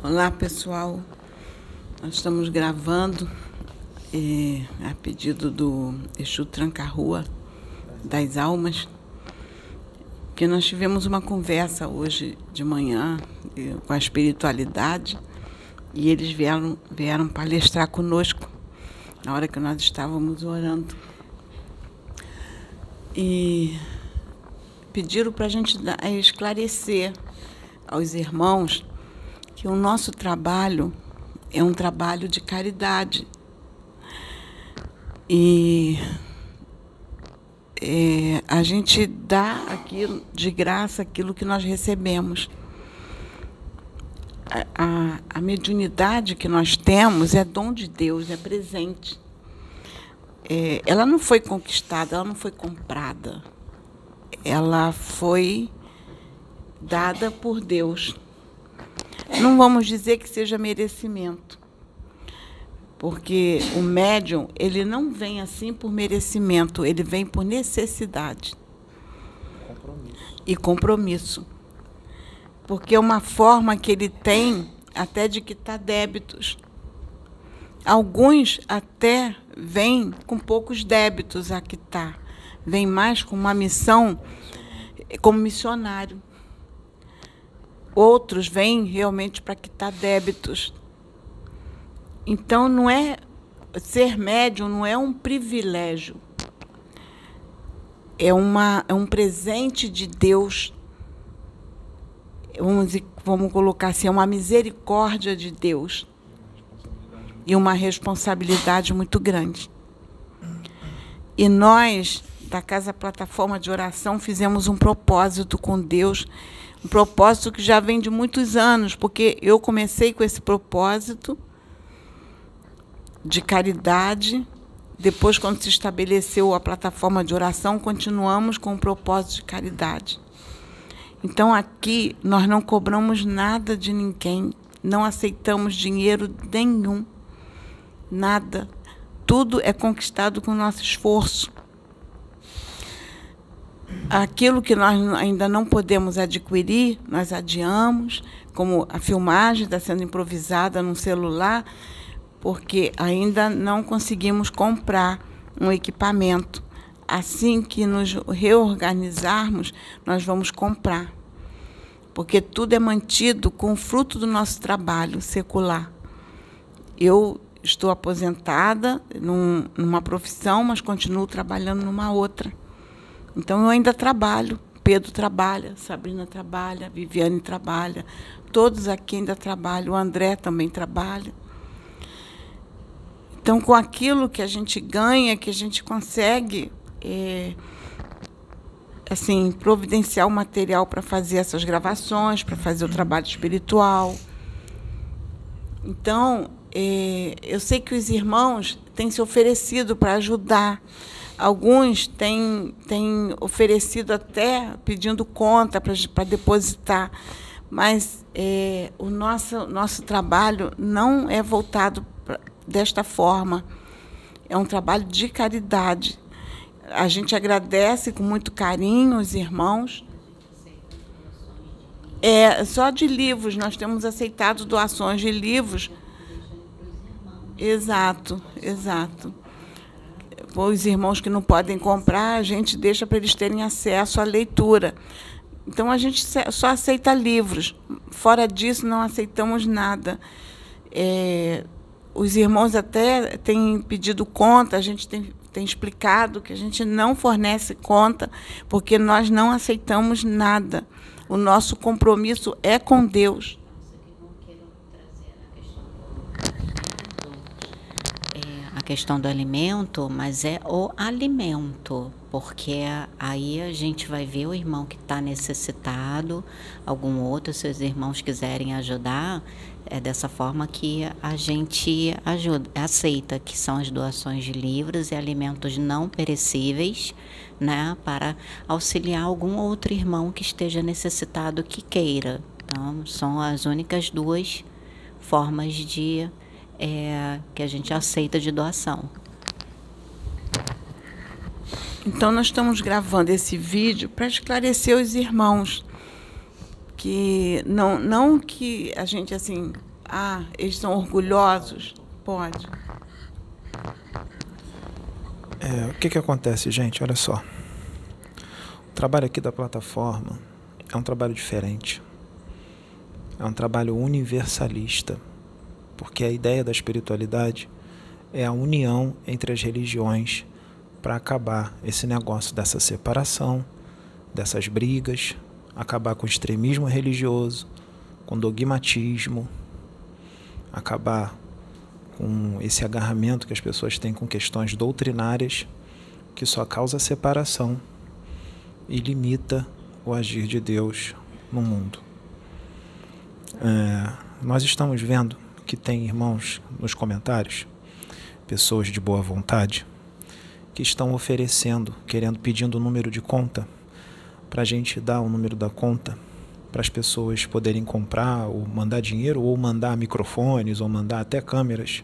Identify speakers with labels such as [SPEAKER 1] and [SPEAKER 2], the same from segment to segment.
[SPEAKER 1] Olá, pessoal. Nós estamos gravando a pedido do Exu Tranca-Rua das Almas, que nós tivemos uma conversa hoje de manhã com a espiritualidade e eles vieram palestrar conosco na hora que nós estávamos orando. E pediram para a gente esclarecer aos irmãos que o nosso trabalho é um trabalho de caridade. E a gente dá aquilo, de graça aquilo que nós recebemos. A mediunidade que nós temos é dom de Deus, é presente. Ela não foi conquistada, ela não foi comprada. Ela foi dada por Deus. Não vamos dizer que seja merecimento, porque o médium, ele não vem assim por merecimento, ele vem por necessidade e compromisso. Porque é uma forma que ele tem até de quitar débitos. Alguns até vêm com poucos débitos a quitar, vêm mais com uma missão como missionário. Outros vêm realmente para quitar débitos. Então, não é ser médium, não é um privilégio. É um presente de Deus. Vamos colocar assim, é uma misericórdia de Deus. E uma responsabilidade muito grande. E nós, da Casa Plataforma de Oração, fizemos um propósito com Deus, um propósito que já vem de muitos anos, porque eu comecei com esse propósito de caridade. Depois, quando se estabeleceu a plataforma de oração, continuamos com o propósito de caridade. Então, aqui, nós não cobramos nada de ninguém, não aceitamos dinheiro nenhum, nada. Tudo é conquistado com o nosso esforço. Aquilo que nós ainda não podemos adquirir, nós adiamos, como a filmagem está sendo improvisada no celular, porque ainda não conseguimos comprar um equipamento. Assim que nos reorganizarmos, nós vamos comprar, porque tudo é mantido com o fruto do nosso trabalho secular. Eu estou aposentada numa profissão, mas continuo trabalhando numa outra. Então, eu ainda trabalho. Pedro trabalha, Sabrina trabalha, Viviane trabalha, todos aqui ainda trabalham, o André também trabalha. Então, com aquilo que a gente ganha, que a gente consegue assim, providenciar o material para fazer essas gravações, para fazer o trabalho espiritual. Então, eu sei que os irmãos têm se oferecido para ajudar. Alguns têm oferecido até pedindo conta para depositar, mas o nosso trabalho não é voltado desta forma. É um trabalho de caridade. A gente agradece com muito carinho os irmãos. Só de livros, nós temos aceitado doações de livros. Exato, exato. Os irmãos que não podem comprar, a gente deixa para eles terem acesso à leitura. Então, a gente só aceita livros. Fora disso, não aceitamos nada. Os irmãos até têm pedido conta, a gente tem explicado que a gente não fornece conta, porque nós não aceitamos nada. O nosso compromisso é com Deus.
[SPEAKER 2] A questão do alimento, mas é o alimento, porque aí a gente vai ver o irmão que está necessitado, algum outro, se os irmãos quiserem ajudar, é dessa forma que a gente aceita, que são as doações de livros e alimentos não perecíveis, né, para auxiliar algum outro irmão que esteja necessitado, que queira. Então, são as únicas duas formas de que a gente aceita de doação.
[SPEAKER 1] Então, nós estamos gravando esse vídeo para esclarecer os irmãos que não que a gente assim eles são orgulhosos? Pode.
[SPEAKER 3] O que acontece, gente? Olha só. O trabalho aqui da plataforma é um trabalho diferente. É um trabalho universalista. Porque a ideia da espiritualidade é a união entre as religiões para acabar esse negócio dessa separação, dessas brigas, acabar com o extremismo religioso, com dogmatismo, acabar com esse agarramento que as pessoas têm com questões doutrinárias, que só causa separação e limita o agir de Deus no mundo. Nós estamos vendo que tem irmãos nos comentários, pessoas de boa vontade, que estão oferecendo, pedindo o número de conta, para a gente dar o número da conta, para as pessoas poderem comprar ou mandar dinheiro, ou mandar microfones, ou mandar até câmeras.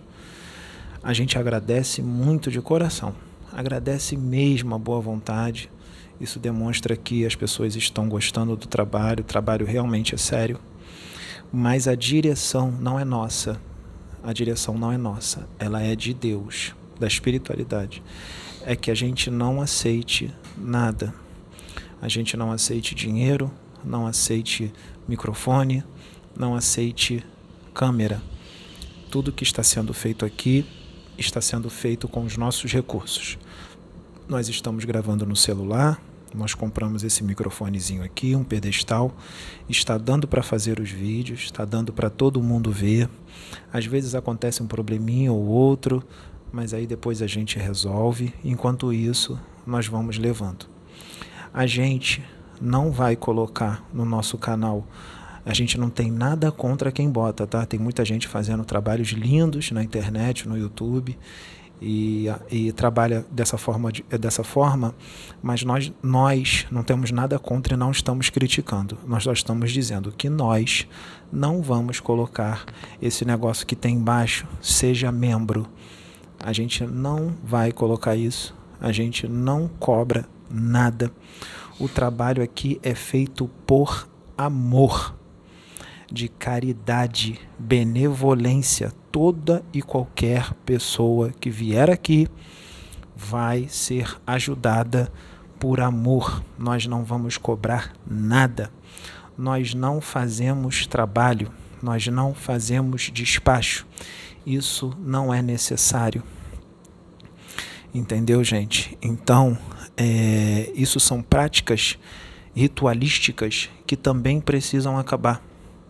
[SPEAKER 3] A gente agradece muito de coração, agradece mesmo a boa vontade. Isso demonstra que as pessoas estão gostando do trabalho, o trabalho realmente é sério, mas a direção não é nossa. A direção não é nossa, ela é de Deus, da espiritualidade. É que a gente não aceite nada. A gente não aceite dinheiro, não aceite microfone, não aceite câmera. Tudo que está sendo feito aqui está sendo feito com os nossos recursos. Nós estamos gravando no celular, nós compramos esse microfonezinho aqui, um pedestal, está dando para fazer os vídeos, está dando para todo mundo ver. Às vezes acontece um probleminha ou outro, mas aí depois a gente resolve. Enquanto isso, nós vamos levando. A gente não vai colocar no nosso canal, a gente não tem nada contra quem bota, tá? Tem muita gente fazendo trabalhos lindos na internet, no YouTube, e trabalha dessa forma, mas nós não temos nada contra e não estamos criticando. Nós só estamos dizendo que nós não vamos colocar esse negócio que tem embaixo, seja membro. A gente não vai colocar isso, a gente não cobra nada. O trabalho aqui é feito por amor, de caridade, benevolência. Toda e qualquer pessoa que vier aqui vai ser ajudada por amor. Nós não vamos cobrar nada. Nós não fazemos trabalho, nós não fazemos despacho. Isso não é necessário. Entendeu, gente? Então, isso são práticas ritualísticas que também precisam acabar.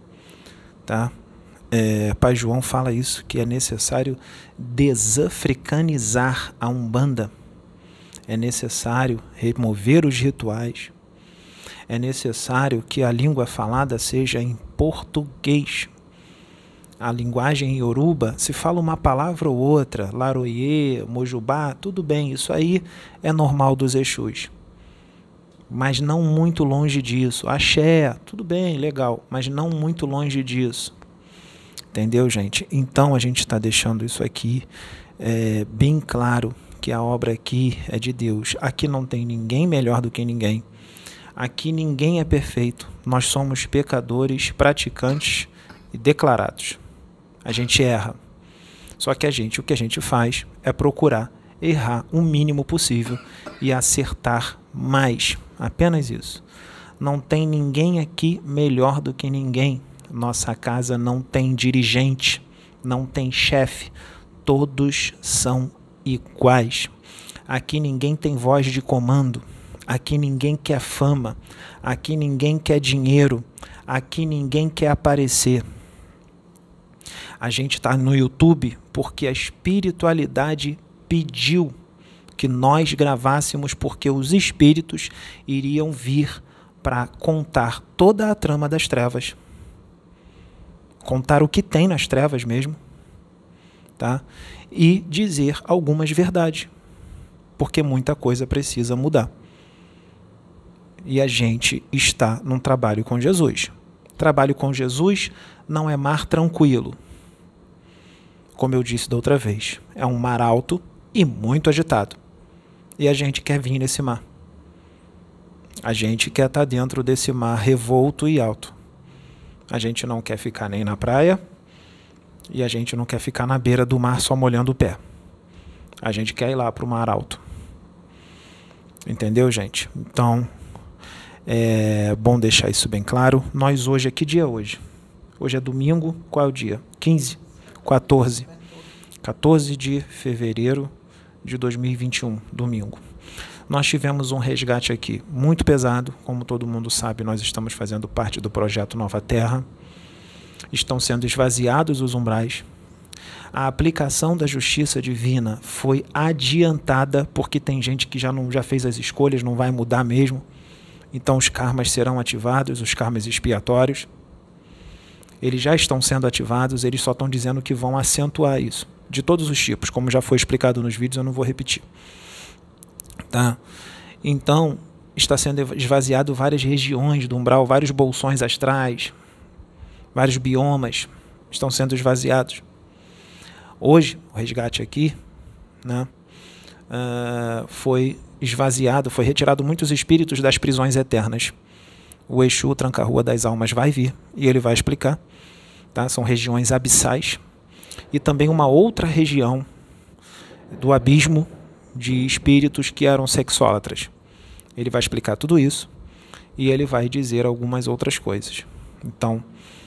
[SPEAKER 3] Tá? Pai João fala isso, que é necessário desafricanizar a Umbanda. É necessário remover os rituais. É necessário que a língua falada seja em português. A linguagem Yoruba, se fala uma palavra ou outra, Laroye, Mojubá, tudo bem, isso aí é normal dos Exus. Mas não muito longe disso. Axé, tudo bem, legal, mas não muito longe disso. Entendeu, gente? Então a gente está deixando isso aqui bem claro, que a obra aqui é de Deus. Aqui não tem ninguém melhor do que ninguém. Aqui ninguém é perfeito. Nós somos pecadores, praticantes e declarados. A gente erra. Só que o que a gente faz é procurar errar o mínimo possível e acertar mais. Apenas isso. Não tem ninguém aqui melhor do que ninguém. Nossa casa não tem dirigente, não tem chefe. Todos são iguais. Aqui ninguém tem voz de comando. Aqui ninguém quer fama. Aqui ninguém quer dinheiro. Aqui ninguém quer aparecer. A gente está no YouTube porque a espiritualidade pediu que nós gravássemos, porque os espíritos iriam vir para contar toda a trama das trevas. Contar o que tem nas trevas mesmo. Tá? E dizer algumas verdades. Porque muita coisa precisa mudar. E a gente está num trabalho com Jesus. Trabalho com Jesus não é mar tranquilo. Como eu disse da outra vez, é um mar alto e muito agitado. E a gente quer vir nesse mar. A gente quer estar dentro desse mar revolto e alto. A gente não quer ficar nem na praia, E a gente não quer ficar na beira do mar só molhando o pé. A gente quer ir lá para o mar alto. Entendeu, gente? Então, é bom deixar isso bem claro. Nós hoje, que dia é hoje? Hoje é domingo, qual é o dia? 15? 14. 14 de fevereiro de 2021, domingo. Nós tivemos um resgate aqui muito pesado. Como todo mundo sabe, nós estamos fazendo parte do projeto Nova Terra. Estão sendo esvaziados os umbrais. A aplicação da justiça divina foi adiantada, porque tem gente que já fez as escolhas, não vai mudar mesmo. Então os karmas serão ativados, os karmas expiatórios. Eles já estão sendo ativados, eles só estão dizendo que vão acentuar isso. De todos os tipos, como já foi explicado nos vídeos, eu não vou repetir. Tá? Então, está sendo esvaziado várias regiões do umbral, vários bolsões astrais, vários biomas estão sendo esvaziados. Hoje, o resgate aqui, né, foi esvaziado, foi retirado muitos espíritos das prisões eternas. O Exu, o Tranca-Rua das Almas, vai vir e ele vai explicar. Tá? São regiões abissais. E também uma outra região do abismo de espíritos que eram sexólatras. Ele vai explicar tudo isso e ele vai dizer algumas outras coisas. Então,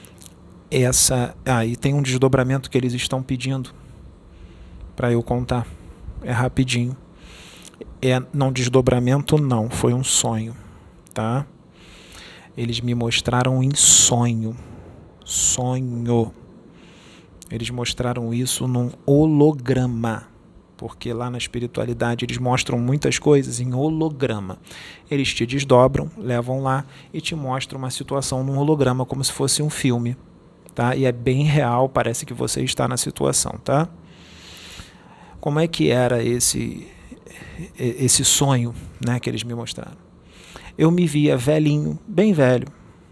[SPEAKER 3] aí tem um desdobramento que eles estão pedindo para eu contar. É rapidinho. Não desdobramento não, foi um sonho, tá? Eles me mostraram em sonho. Sonho. Eles mostraram isso num holograma. Porque lá na espiritualidade eles mostram muitas coisas em holograma. Eles te desdobram, levam lá e te mostram uma situação num holograma como se fosse um filme. Tá? E é bem real, parece que você está na situação, tá? Como é que era esse sonho, né, que eles me mostraram? Eu me via velhinho, bem velho,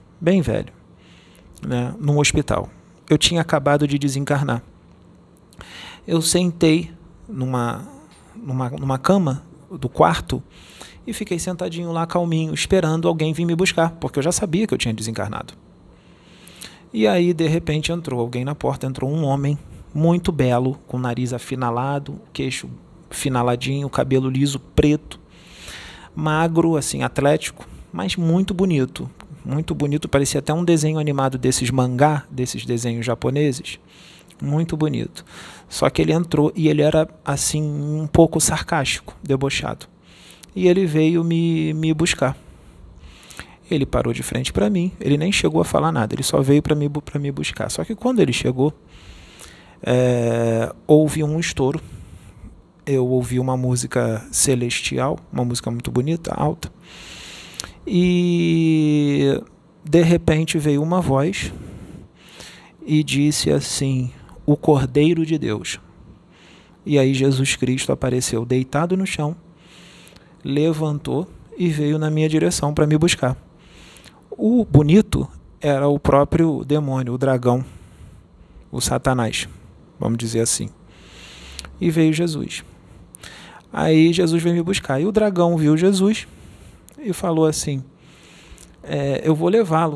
[SPEAKER 3] né, num hospital. Eu tinha acabado de desencarnar. Eu sentei numa cama do quarto e fiquei sentadinho lá, calminho, esperando alguém vir me buscar, porque eu já sabia que eu tinha desencarnado. E aí, de repente, entrou alguém na porta, entrou um homem muito belo, com o nariz afinalado, queixo finaladinho, cabelo liso, preto, magro, assim, atlético, mas muito bonito, parecia até um desenho animado desses mangá, desses desenhos japoneses, muito bonito. Só que ele entrou e ele era, assim, um pouco sarcástico, debochado. E ele veio me buscar. Ele parou de frente para mim, ele nem chegou a falar nada, ele só veio para me buscar. Só que quando ele chegou, houve um estouro. Eu ouvi uma música celestial, uma música muito bonita, alta. E de repente veio uma voz e disse assim: o Cordeiro de Deus. E aí Jesus Cristo apareceu deitado no chão, levantou e veio na minha direção para me buscar. O bonito era o próprio demônio, o dragão, o Satanás, vamos dizer assim. E veio Jesus. Aí Jesus veio me buscar. E o dragão viu Jesus e falou assim: eu vou levá-lo.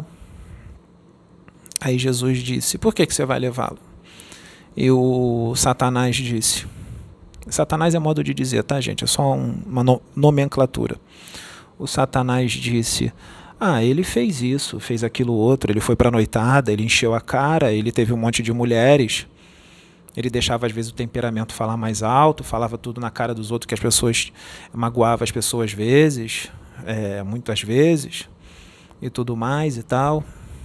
[SPEAKER 3] Aí Jesus disse: por que você vai levá-lo? E o Satanás disse... Satanás é modo de dizer, tá, gente? É só uma nomenclatura. O Satanás disse: ele fez isso, fez aquilo outro, ele foi para a noitada, ele encheu a cara, ele teve um monte de mulheres, ele deixava às vezes o temperamento falar mais alto, falava tudo na cara dos outros, que as pessoas magoava as pessoas muitas vezes, e tudo mais e tal.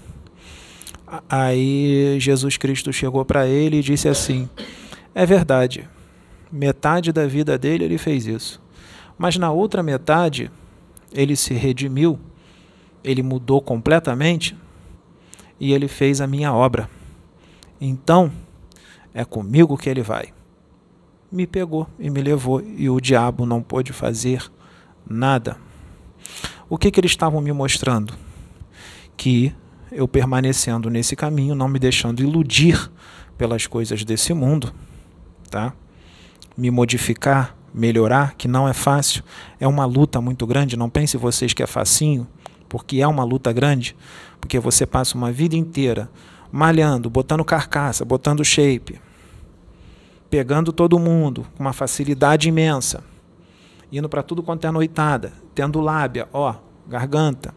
[SPEAKER 3] Aí Jesus Cristo chegou para ele e disse assim: é verdade, metade da vida dele ele fez isso, mas na outra metade ele se redimiu, ele mudou completamente e ele fez a minha obra. Então, é comigo que ele vai. Me pegou e me levou e o diabo não pôde fazer nada. O que eles estavam me mostrando? Que eu permanecendo nesse caminho, não me deixando iludir pelas coisas desse mundo, tá? Me modificar, melhorar, que não é fácil, é uma luta muito grande. Não pense vocês que é facinho, porque é uma luta grande, porque você passa uma vida inteira malhando, botando carcaça, botando shape, pegando todo mundo com uma facilidade imensa, indo para tudo quanto é noitada, tendo lábia, ó, garganta,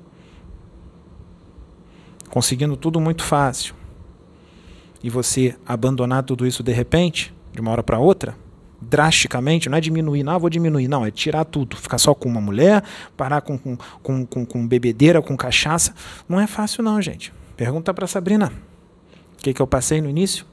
[SPEAKER 3] conseguindo tudo muito fácil, e você abandonar tudo isso de repente, de uma hora para outra, drasticamente, não é diminuir, não, vou diminuir, não, é tirar tudo, ficar só com uma mulher, parar com bebedeira, com cachaça, não é fácil não, gente. Pergunta para Sabrina, o que eu passei no início?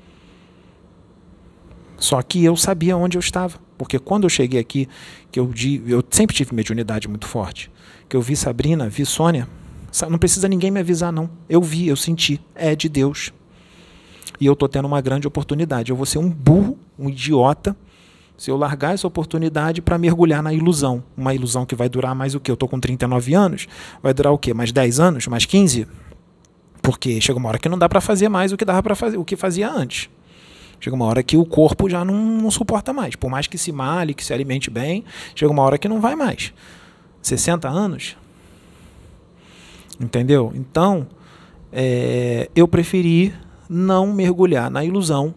[SPEAKER 3] Só que eu sabia onde eu estava, porque quando eu cheguei aqui, que eu sempre tive mediunidade muito forte, que eu vi Sabrina, vi Sônia, não precisa ninguém me avisar não, eu vi, eu senti, é de Deus. E eu estou tendo uma grande oportunidade. Eu vou ser um burro, um idiota, se eu largar essa oportunidade para mergulhar na ilusão. Uma ilusão que vai durar mais o quê? Eu estou com 39 anos, vai durar o quê? Mais 10 anos? Mais 15? Porque chega uma hora que não dá para fazer mais o que dava para fazer, o que fazia antes. Chega uma hora que o corpo já não suporta mais. Por mais que se male, que se alimente bem, chega uma hora que não vai mais. 60 anos? Entendeu? Então, eu preferi não mergulhar na ilusão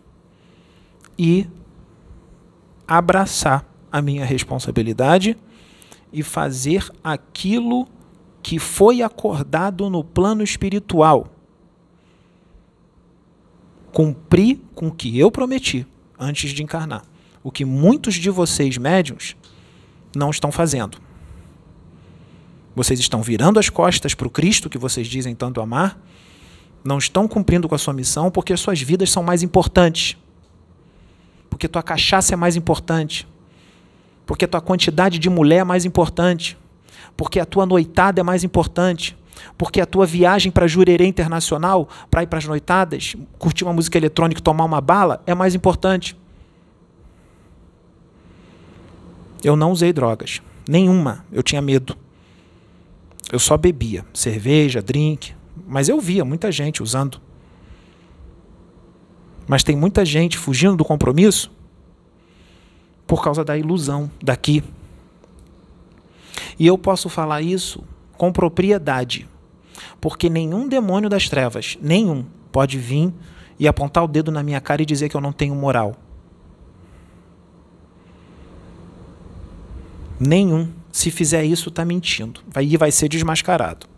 [SPEAKER 3] e abraçar a minha responsabilidade e fazer aquilo que foi acordado no plano espiritual. Cumprir com o que eu prometi antes de encarnar. O que muitos de vocês médiuns não estão fazendo. Vocês estão virando as costas para o Cristo que vocês dizem tanto amar, não estão cumprindo com a sua missão porque suas vidas são mais importantes. Porque tua cachaça é mais importante. Porque tua quantidade de mulher é mais importante. Porque a tua noitada é mais importante. Porque a tua viagem para Jurerê Internacional, para ir para as noitadas, curtir uma música eletrônica e tomar uma bala, é mais importante. Eu não usei drogas. Nenhuma. Eu tinha medo. Eu só bebia. Cerveja, drink. Mas eu via muita gente usando. Mas tem muita gente fugindo do compromisso por causa da ilusão daqui. E eu posso falar isso com propriedade, porque nenhum demônio das trevas, nenhum, pode vir e apontar o dedo na minha cara e dizer que eu não tenho moral. Nenhum. Se fizer isso, está mentindo. Vai ser desmascarado.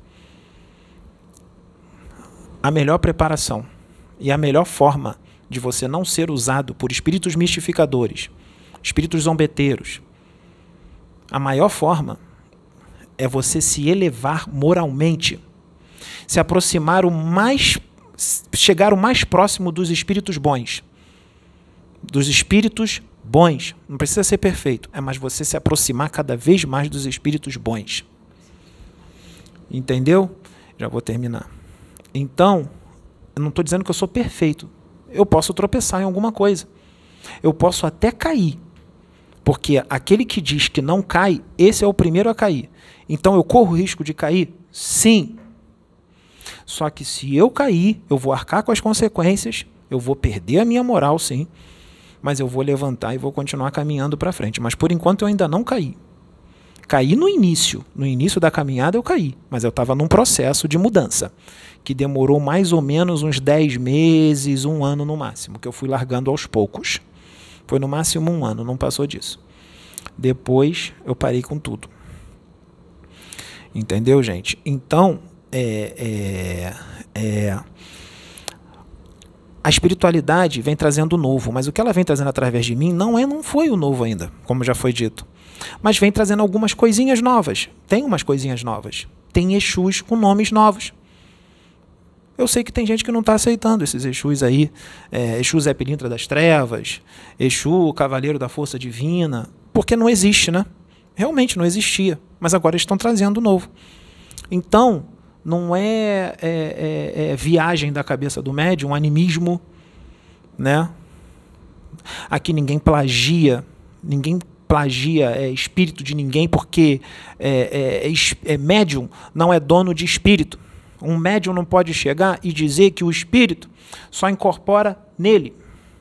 [SPEAKER 3] A melhor preparação e a melhor forma de você não ser usado por espíritos mistificadores, espíritos zombeteiros, a maior forma é você se elevar moralmente, se aproximar chegar o mais próximo dos espíritos bons. Dos espíritos bons. Não precisa ser perfeito, é mais você se aproximar cada vez mais dos espíritos bons. Entendeu? Já vou terminar. Então, eu não estou dizendo que eu sou perfeito. Eu posso tropeçar em alguma coisa. Eu posso até cair. Porque aquele que diz que não cai, esse é o primeiro a cair. Então eu corro o risco de cair? Sim. Só que se eu cair, eu vou arcar com as consequências, eu vou perder a minha moral, sim, mas eu vou levantar e vou continuar caminhando para frente. Mas por enquanto eu ainda não caí. Caí no início da caminhada eu caí, mas eu estava num processo de mudança, que demorou mais ou menos uns 10 meses, 1 ano no máximo, que eu fui largando aos poucos. Foi no máximo 1 ano, não passou disso. Depois eu parei com tudo. Entendeu, gente? Então, a espiritualidade vem trazendo o novo, mas o que ela vem trazendo através de mim não foi o novo ainda, como já foi dito. Mas vem trazendo algumas coisinhas novas. Tem umas coisinhas novas. Tem Exus com nomes novos. Eu sei que tem gente que não está aceitando esses Exus aí. Exu Zé Pilintra das Trevas, Exu Cavaleiro da Força Divina, porque não existe, né? Realmente não existia, mas agora eles estão trazendo o novo. Então, não é viagem da cabeça do médium, animismo, né? Aqui ninguém plagia espírito de ninguém, porque médium não é dono de espírito. Um médium não pode chegar e dizer que o espírito só incorpora nele.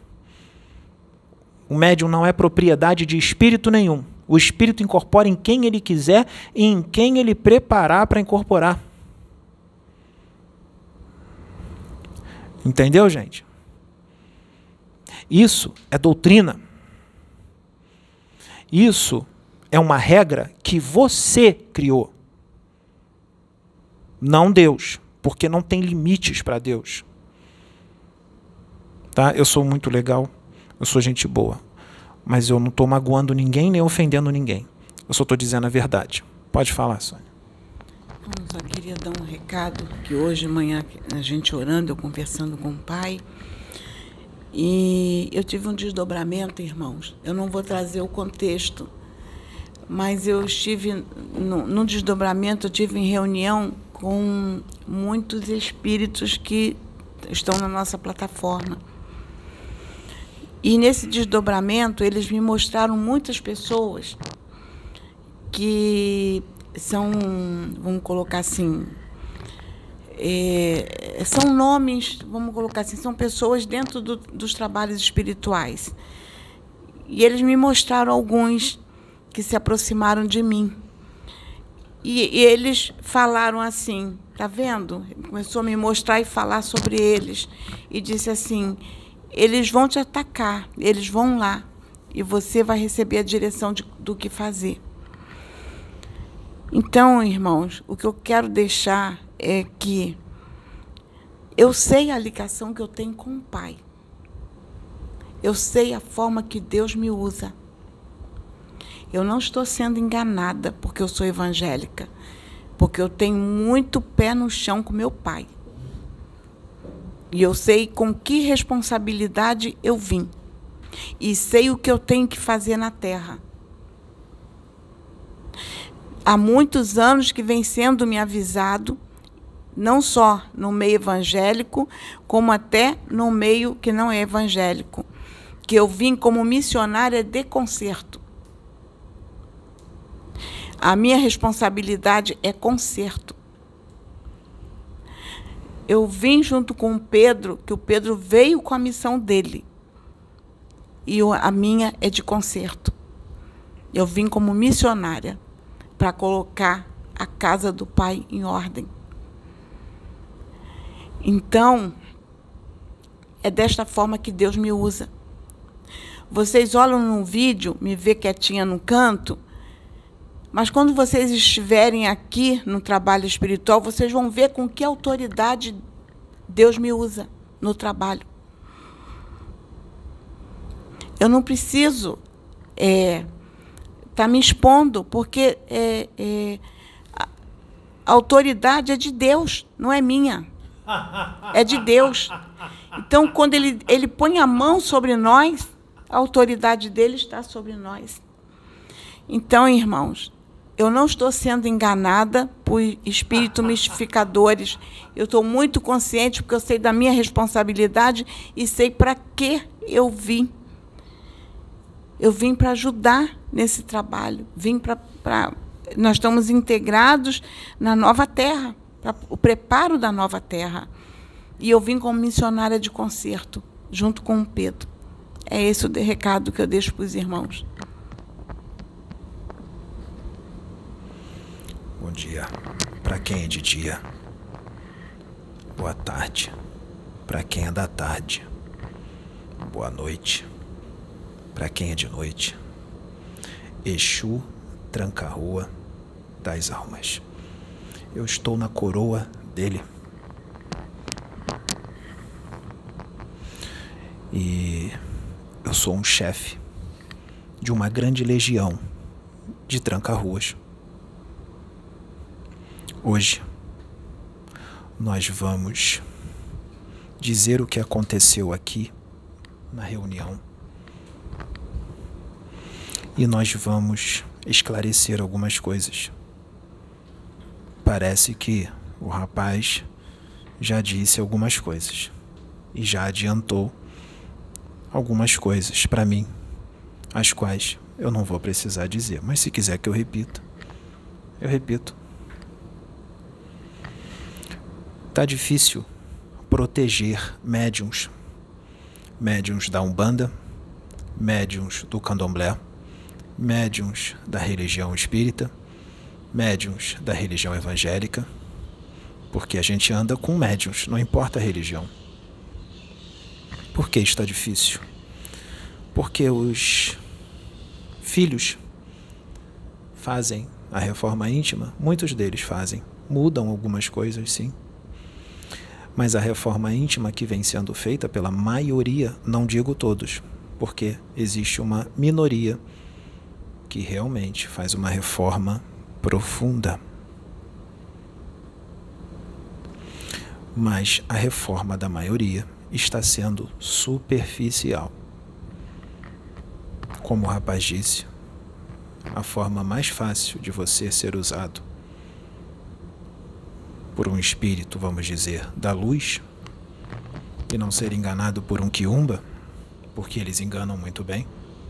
[SPEAKER 3] O médium não é propriedade de espírito nenhum. O espírito incorpora em quem ele quiser e em quem ele preparar para incorporar. Entendeu, gente? Isso é doutrina. Isso é uma regra que você criou. Não Deus, porque não tem limites para Deus. Tá? Eu sou muito legal, eu sou gente boa, mas eu não estou magoando ninguém nem ofendendo ninguém. Eu só estou dizendo a verdade. Pode falar, Sônia.
[SPEAKER 1] Eu só queria dar um recado, que hoje de manhã, a gente orando, eu conversando com o pai, e eu tive um desdobramento, irmãos. Eu não vou trazer o contexto, mas eu estive, no desdobramento, eu tive em reunião com muitos espíritos que estão na nossa plataforma. E nesse desdobramento, eles me mostraram muitas pessoas que são, vamos colocar assim, são nomes, vamos colocar assim, são pessoas dentro dos trabalhos espirituais. E eles me mostraram alguns que se aproximaram de mim. E eles falaram assim, tá vendo? Começou a me mostrar e falar sobre eles. E disse assim, eles vão te atacar, eles vão lá, e você vai receber a direção do que fazer. Então, irmãos, o que eu quero deixar é que eu sei a ligação que eu tenho com o Pai. Eu sei a forma que Deus me usa. Eu não estou sendo enganada porque eu sou evangélica, porque eu tenho muito pé no chão com meu Pai. E eu sei com que responsabilidade eu vim. E sei o que eu tenho que fazer na terra. Há muitos anos que vem sendo me avisado, não só no meio evangélico, como até no meio que não é evangélico, que eu vim como missionária de concerto. A minha responsabilidade é concerto. Eu vim junto com o Pedro, que o Pedro veio com a missão dele. E a minha é de concerto. Eu vim como missionária para colocar a casa do Pai em ordem. Então, é desta forma que Deus me usa. Vocês olham num vídeo, me vê quietinha no canto, mas quando vocês estiverem aqui no trabalho espiritual, vocês vão ver com que autoridade Deus me usa no trabalho. Eu não preciso tá me expondo, porque a autoridade é de Deus, não é minha. É de Deus. Então, quando ele põe a mão sobre nós, a autoridade dele está sobre nós. Então, irmãos, eu não estou sendo enganada por espíritos mistificadores. Eu estou muito consciente, porque eu sei da minha responsabilidade e sei para que eu vim. Eu vim para ajudar nesse trabalho. Nós estamos integrados na nova terra, para o preparo da nova terra. E eu vim como missionária de concerto, junto com o Pedro. É esse o recado que eu deixo para os irmãos.
[SPEAKER 3] Bom dia para quem é de dia. Boa tarde para quem é da tarde. Boa noite para quem é de noite. Exu tranca-rua das almas. Eu estou na coroa dele. E eu sou um chefe de uma grande legião de tranca-ruas. Hoje, nós vamos dizer o que aconteceu aqui na reunião. E nós vamos esclarecer algumas coisas. Parece que o rapaz já disse algumas coisas e já adiantou algumas coisas para mim, as quais eu não vou precisar dizer. Mas se quiser que eu repita, eu repito. Tá difícil proteger médiuns. Médiuns da Umbanda, médiuns do Candomblé, médiuns da religião espírita, médiuns da religião evangélica, porque a gente anda com médiuns, não importa a religião. Por que está difícil? Porque os filhos fazem a reforma íntima, muitos deles fazem, mudam algumas coisas, sim. Mas a reforma íntima que vem sendo feita pela maioria, não digo todos, porque existe uma minoria que realmente faz uma reforma profunda. Mas a reforma da maioria está sendo superficial. Como o rapaz disse, a forma mais fácil de você ser usado por um espírito, vamos dizer, da luz, e não ser enganado por um quiumba, porque eles enganam muito bem,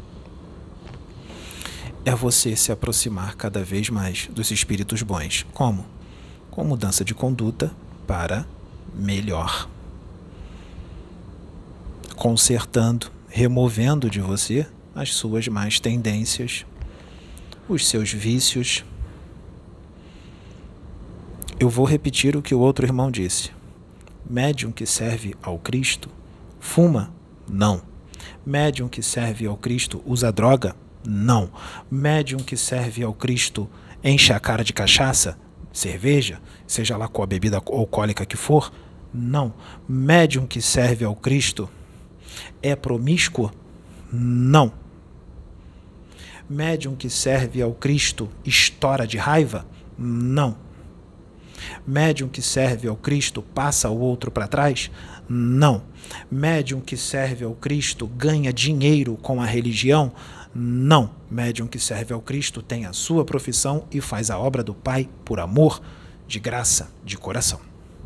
[SPEAKER 3] é você se aproximar cada vez mais dos espíritos bons. Como? Com mudança de conduta para melhor. Consertando, removendo de você as suas más tendências, os seus vícios. Eu vou repetir o que o outro irmão disse. Médium que serve ao Cristo fuma? Não. Médium que serve ao Cristo usa droga? Não. Médium que serve ao Cristo enche a cara de cachaça, cerveja, seja lá qual a bebida alcoólica que for? Não. Médium que serve ao Cristo é promíscuo? Não. Médium que serve ao Cristo estoura de raiva? Não. Médium que serve ao Cristo passa o outro para trás? Não. Médium que serve ao Cristo ganha dinheiro com a religião? Não. Médium que serve ao Cristo tem a sua profissão e faz a obra do Pai por amor, de graça, de coração.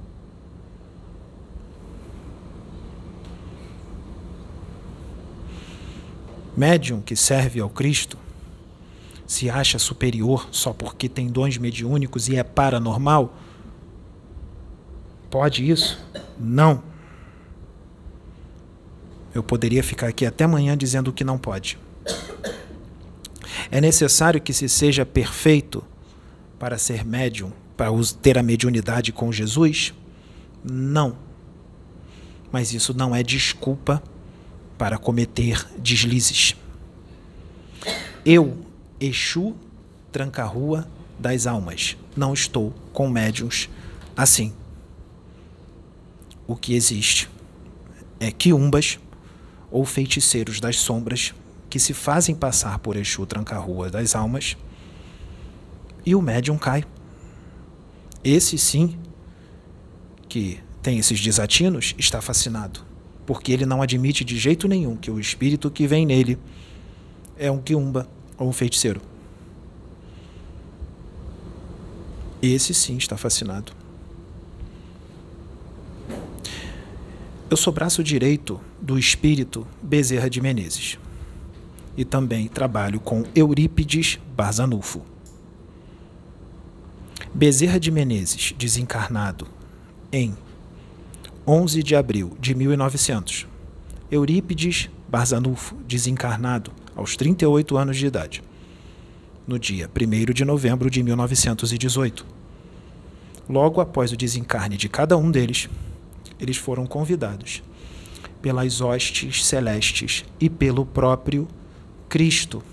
[SPEAKER 3] Médium que serve ao Cristo se acha superior só porque tem dons mediúnicos e é paranormal? Pode isso? Não. Eu poderia ficar aqui até amanhã dizendo que não pode. É necessário que se seja perfeito para ser médium, para ter a mediunidade com Jesus? Não. Mas isso não é desculpa para cometer deslizes. Eu, Exu, tranca-rua das almas, não estou com médiuns assim. O que existe é quiumbas ou feiticeiros das sombras que se fazem passar por Exu, tranca-rua das almas, e o médium cai. Esse sim, que tem esses desatinos, está fascinado, porque ele não admite de jeito nenhum que o espírito que vem nele é um quiumba ou um feiticeiro. Esse sim está fascinado. Eu sou braço direito do espírito Bezerra de Menezes e também trabalho com Eurípides Barzanufo. Bezerra de Menezes, desencarnado em 11 de abril de 1900. Eurípides Barzanufo, desencarnado aos 38 anos de idade, no dia 1º de novembro de 1918. Logo após o desencarne de cada um deles, eles foram convidados pelas hostes celestes e pelo próprio Cristo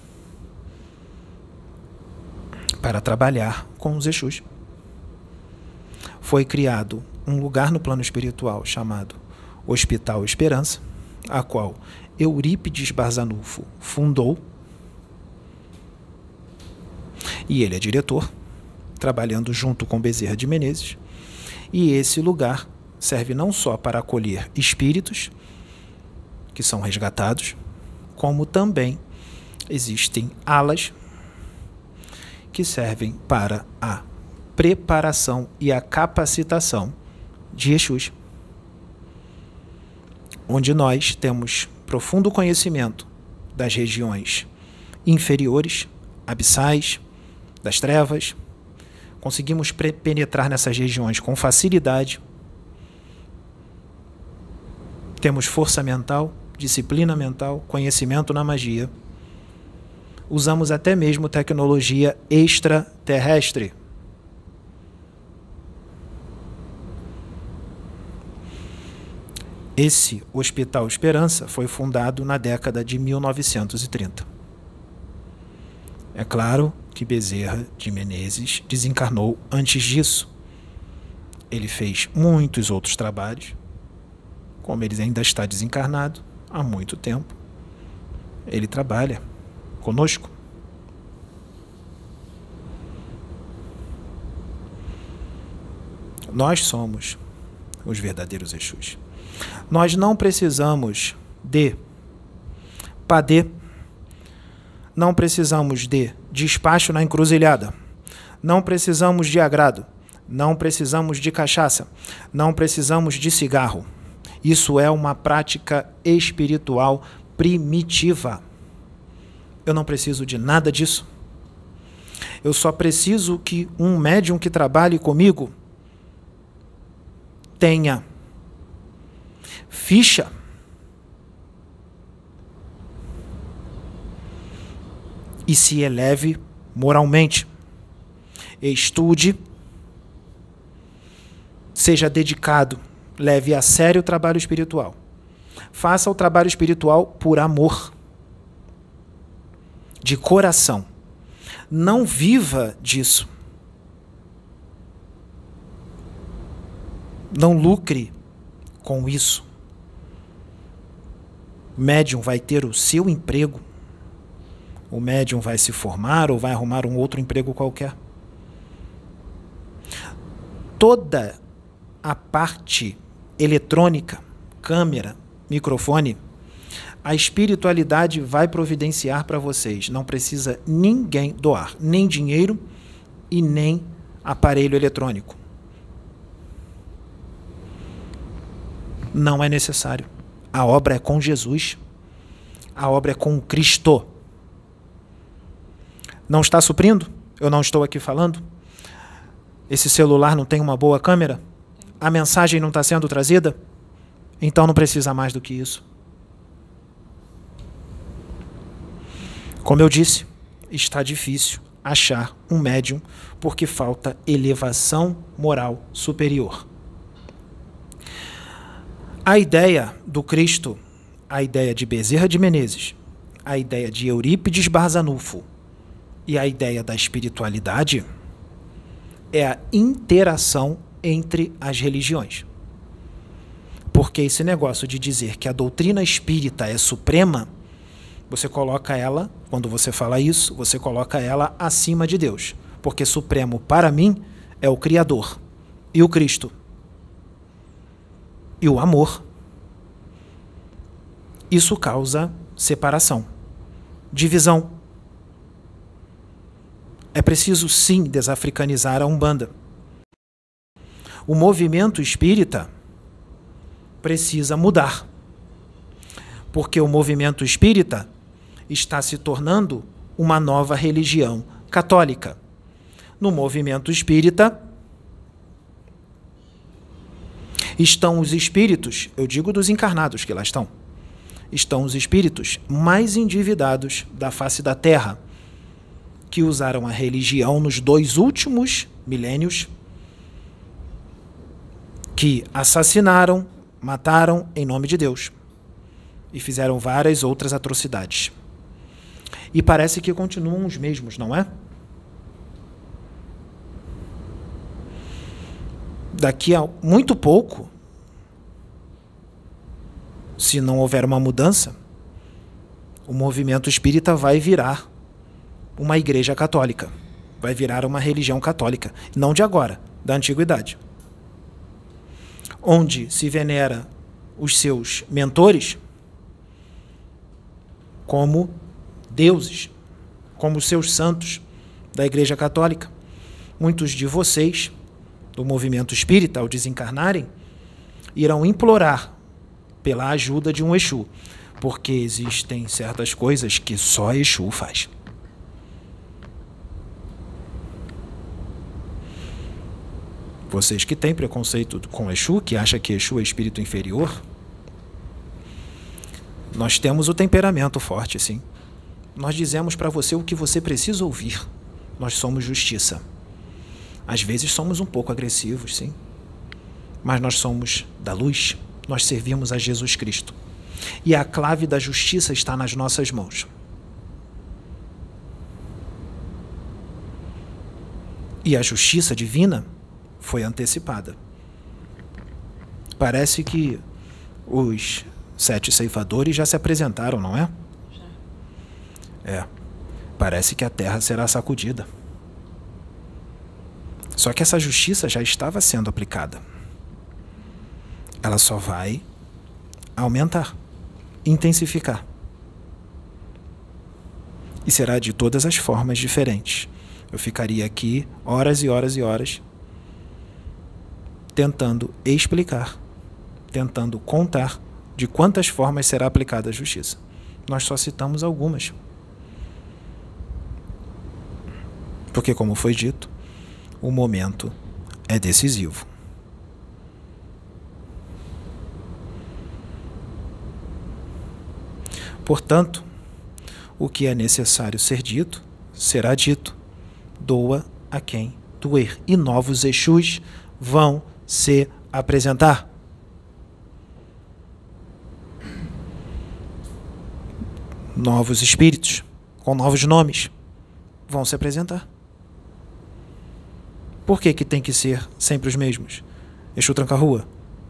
[SPEAKER 3] para trabalhar com os Exus. Foi criado um lugar no plano espiritual chamado Hospital Esperança, a qual Eurípides Barzanufo fundou, e ele é diretor, trabalhando junto com Bezerra de Menezes, e esse lugar serve não só para acolher espíritos que são resgatados, como também existem alas que servem para a preparação e a capacitação de Exus, onde nós temos profundo conhecimento das regiões inferiores, abissais, das trevas, conseguimos penetrar nessas regiões com facilidade, temos força mental, disciplina mental, conhecimento na magia, usamos até mesmo tecnologia extraterrestre. Esse Hospital Esperança foi fundado na década de 1930. É claro que Bezerra de Menezes desencarnou antes disso. Ele fez muitos outros trabalhos. Como ele ainda está desencarnado há muito tempo, ele trabalha conosco. Nós somos os verdadeiros Exus. Nós não precisamos de padê, não precisamos de despacho na encruzilhada, não precisamos de agrado, não precisamos de cachaça, não precisamos de cigarro. Isso é uma prática espiritual primitiva. Eu não preciso de nada disso. Eu só preciso que um médium que trabalhe comigo tenha ficha e se eleve moralmente. Estude, seja dedicado, leve a sério o trabalho espiritual. Faça o trabalho espiritual por amor, de coração. Não viva disso. Não lucre com isso. O médium vai ter o seu emprego. O médium vai se formar ou vai arrumar um outro emprego qualquer. Toda a parte eletrônica, câmera, microfone, a espiritualidade vai providenciar para vocês. Não precisa ninguém doar, nem dinheiro e nem aparelho eletrônico. Não é necessário. A obra é com Jesus. A obra é com Cristo. Não está suprindo? Eu não estou aqui falando? Esse celular não tem uma boa câmera? A mensagem não está sendo trazida? Então não precisa mais do que isso. Como eu disse, está difícil achar um médium porque falta elevação moral superior. A ideia do Cristo, a ideia de Bezerra de Menezes, a ideia de Eurípides Barzanufo e a ideia da espiritualidade é a interação entre as religiões. Porque esse negócio de dizer que a doutrina espírita é suprema, você coloca ela, quando você fala isso, você coloca ela acima de Deus. Porque supremo para mim é o Criador e o Cristo. E o amor. Isso causa separação, divisão. É preciso sim desafricanizar a Umbanda. O movimento espírita precisa mudar. Porque o movimento espírita está se tornando uma nova religião católica. No movimento espírita estão os espíritos, eu digo dos encarnados que lá estão os espíritos mais endividados da face da Terra, que usaram a religião nos 2 últimos milênios, que assassinaram, mataram em nome de Deus e fizeram várias outras atrocidades. E parece que continuam os mesmos, não é? Daqui a muito pouco, se não houver uma mudança, o movimento espírita vai virar uma igreja católica. Vai virar uma religião católica. Não de agora, da antiguidade. Onde se venera os seus mentores como deuses, como seus santos da igreja católica. Muitos de vocês, do movimento espírita, ao desencarnarem, irão implorar pela ajuda de um Exu, porque existem certas coisas que só Exu faz. Vocês que têm preconceito com Exu, que acham que Exu é espírito inferior, nós temos o temperamento forte, sim. Nós dizemos para você o que você precisa ouvir. Nós somos justiça. Às vezes somos um pouco agressivos, sim. Mas nós somos da luz, Nós servimos a Jesus Cristo. E a clave da justiça está nas nossas mãos. E a justiça divina foi antecipada. Parece que os 7 ceifadores já se apresentaram, não é? Já. Parece que a terra será sacudida. Só que essa justiça já estava sendo aplicada. Ela só vai aumentar, intensificar. E será de todas as formas diferentes. Eu ficaria aqui horas e horas e horas tentando explicar, tentando contar de quantas formas será aplicada a justiça. Nós só citamos algumas. Porque, como foi dito, o momento é decisivo. Portanto, o que é necessário ser dito, será dito. Doa a quem doer. E novos Exus vão se apresentar. Novos espíritos, com novos nomes, vão se apresentar. Por que tem que ser sempre os mesmos? Exu Tranca-Rua,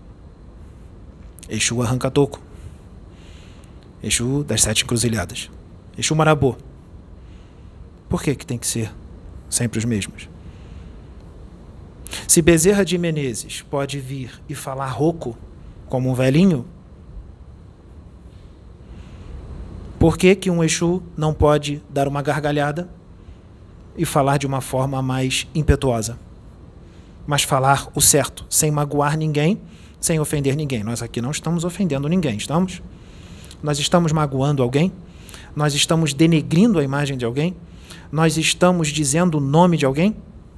[SPEAKER 3] Exu Arranca-Toco, Exu das 7 Encruzilhadas, Exu Marabô. Por que tem que ser sempre os mesmos? Se Bezerra de Menezes pode vir e falar rouco, como um velhinho, por que um Exu não pode dar uma gargalhada e falar de uma forma mais impetuosa? Mas falar o certo, sem magoar ninguém, sem ofender ninguém. Nós aqui não estamos ofendendo ninguém, estamos? Nós estamos magoando alguém? Nós estamos denegrindo a imagem de alguém? Nós estamos dizendo o nome de alguém?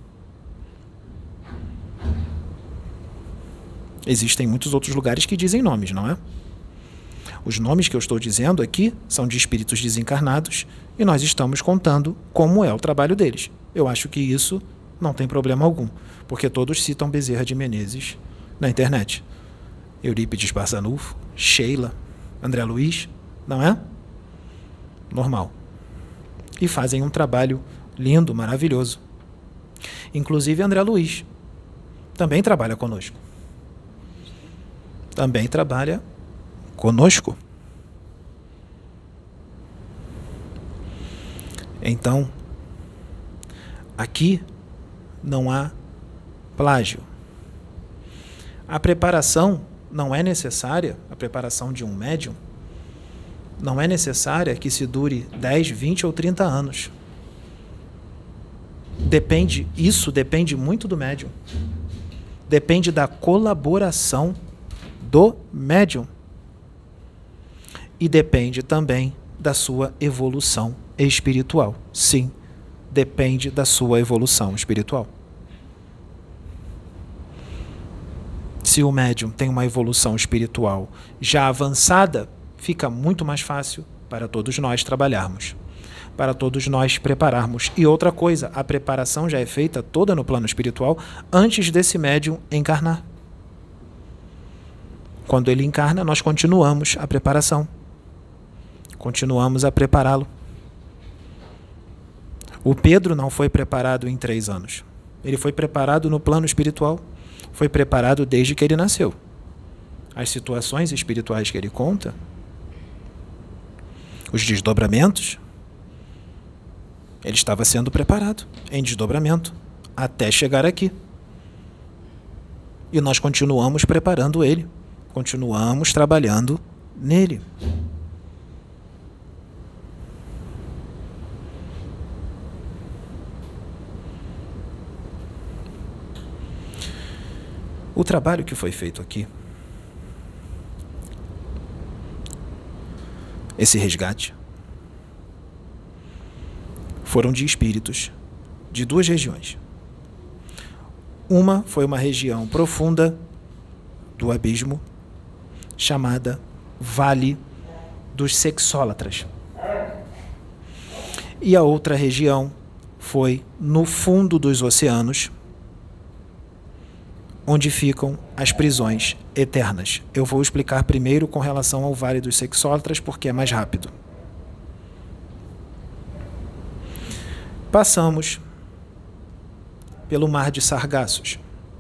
[SPEAKER 3] Existem muitos outros lugares que dizem nomes, não é? Os nomes que eu estou dizendo aqui são de espíritos desencarnados e nós estamos contando como é o trabalho deles. Eu acho que isso não tem problema algum, porque todos citam Bezerra de Menezes na internet. Eurípides Barzanufo, Sheila, André Luiz, não é? Normal. E fazem um trabalho lindo, maravilhoso. Inclusive André Luiz também trabalha conosco. Também trabalha conosco. Então, aqui não há plágio. A preparação não é necessária, a preparação de um médium, não é necessária que se dure 10, 20 ou 30 anos. Isso depende muito do médium. Depende da colaboração do médium. E depende também da sua evolução espiritual. Sim, depende da sua evolução espiritual. Se o médium tem uma evolução espiritual já avançada, fica muito mais fácil para todos nós trabalharmos, para todos nós prepararmos. E outra coisa, a preparação já é feita toda no plano espiritual antes desse médium encarnar. Quando ele encarna, nós continuamos a preparação. Continuamos a prepará-lo. O Pedro não foi preparado em 3 anos. Ele foi preparado no plano espiritual. Foi preparado desde que ele nasceu. As situações espirituais que ele conta, os desdobramentos, ele estava sendo preparado em desdobramento até chegar aqui. E nós continuamos preparando ele. Continuamos trabalhando nele. O trabalho que foi feito aqui, esse resgate, foram de espíritos de 2 regiões. Uma foi uma região profunda do abismo, chamada Vale dos Sexólatras. E a outra região foi no fundo dos oceanos, onde ficam as prisões eternas. Eu vou explicar primeiro com relação ao Vale dos Sexólatras, porque é mais rápido. Passamos pelo Mar de Sargassos,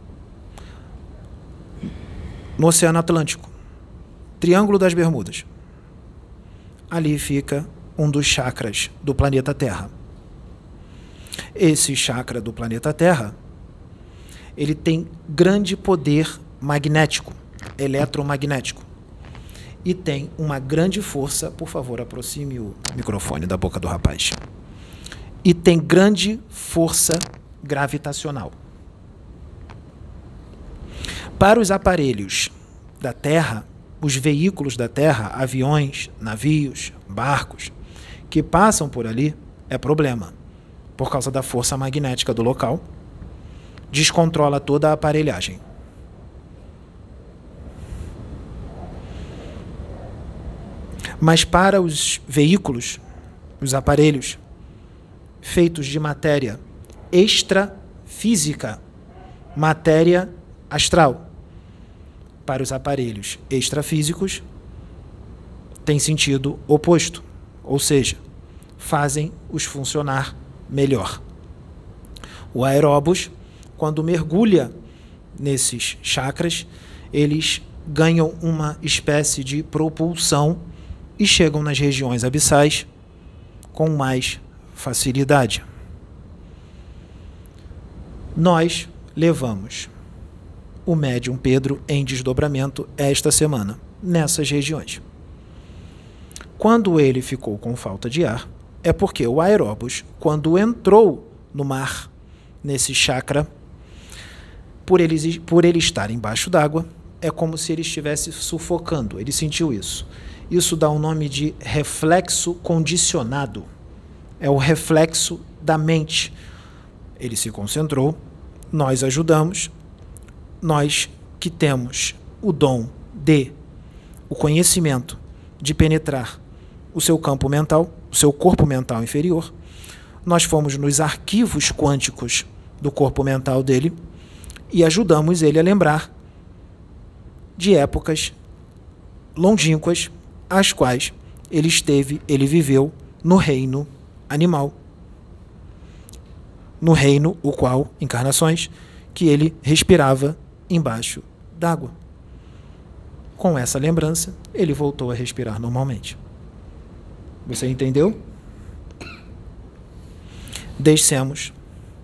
[SPEAKER 3] no Oceano Atlântico, Triângulo das Bermudas. Ali fica um dos chakras do planeta Terra. Esse chakra do planeta Terra, ele tem grande poder magnético, eletromagnético, e tem uma grande força. Por favor, aproxime o microfone da boca do rapaz. E tem grande força gravitacional. Para os aparelhos da Terra, os veículos da Terra, aviões, navios, barcos, que passam por ali, é problema, por causa da força magnética do local, descontrola toda a aparelhagem. Mas para os veículos, os aparelhos feitos de matéria extrafísica, matéria astral, para os aparelhos extrafísicos, tem sentido oposto, ou seja, fazem-os funcionar melhor. O aeróbus, quando mergulha nesses chakras, eles ganham uma espécie de propulsão e chegam nas regiões abissais com mais facilidade. Nós levamos o médium Pedro em desdobramento esta semana, nessas regiões. Quando ele ficou com falta de ar, é porque o aeróbus, quando entrou no mar, nesse chakra, por ele estar embaixo d'água, é como se ele estivesse sufocando. Ele sentiu isso. Isso dá o nome de reflexo condicionado. É o reflexo da mente. Ele se concentrou, nós ajudamos, nós que temos o dom de, o conhecimento de penetrar o seu campo mental, o seu corpo mental inferior, nós fomos nos arquivos quânticos do corpo mental dele e ajudamos ele a lembrar de épocas longínquas as quais ele viveu no reino animal. No reino, o qual, encarnações, que ele respirava embaixo d'água. Com essa lembrança, ele voltou a respirar normalmente. Você entendeu? Descemos.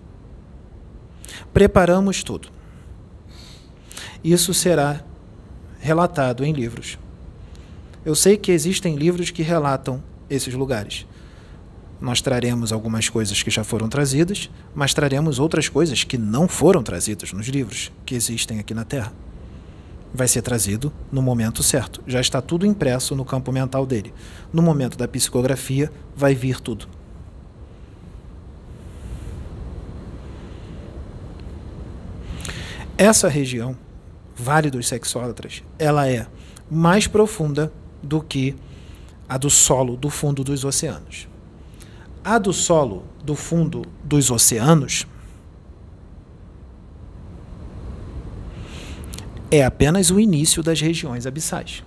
[SPEAKER 3] Preparamos tudo. Isso será relatado em livros. Eu sei que existem livros que relatam esses lugares. Nós traremos algumas coisas que já foram trazidas, mas traremos outras coisas que não foram trazidas nos livros que existem aqui na Terra. Vai ser trazido no momento certo. Já está tudo impresso no campo mental dele. No momento da psicografia, vai vir tudo. Essa região, Vale dos Sexólatras, ela é mais profunda do que a do solo do fundo dos oceanos. A do solo do fundo dos oceanos é apenas o início das regiões abissais.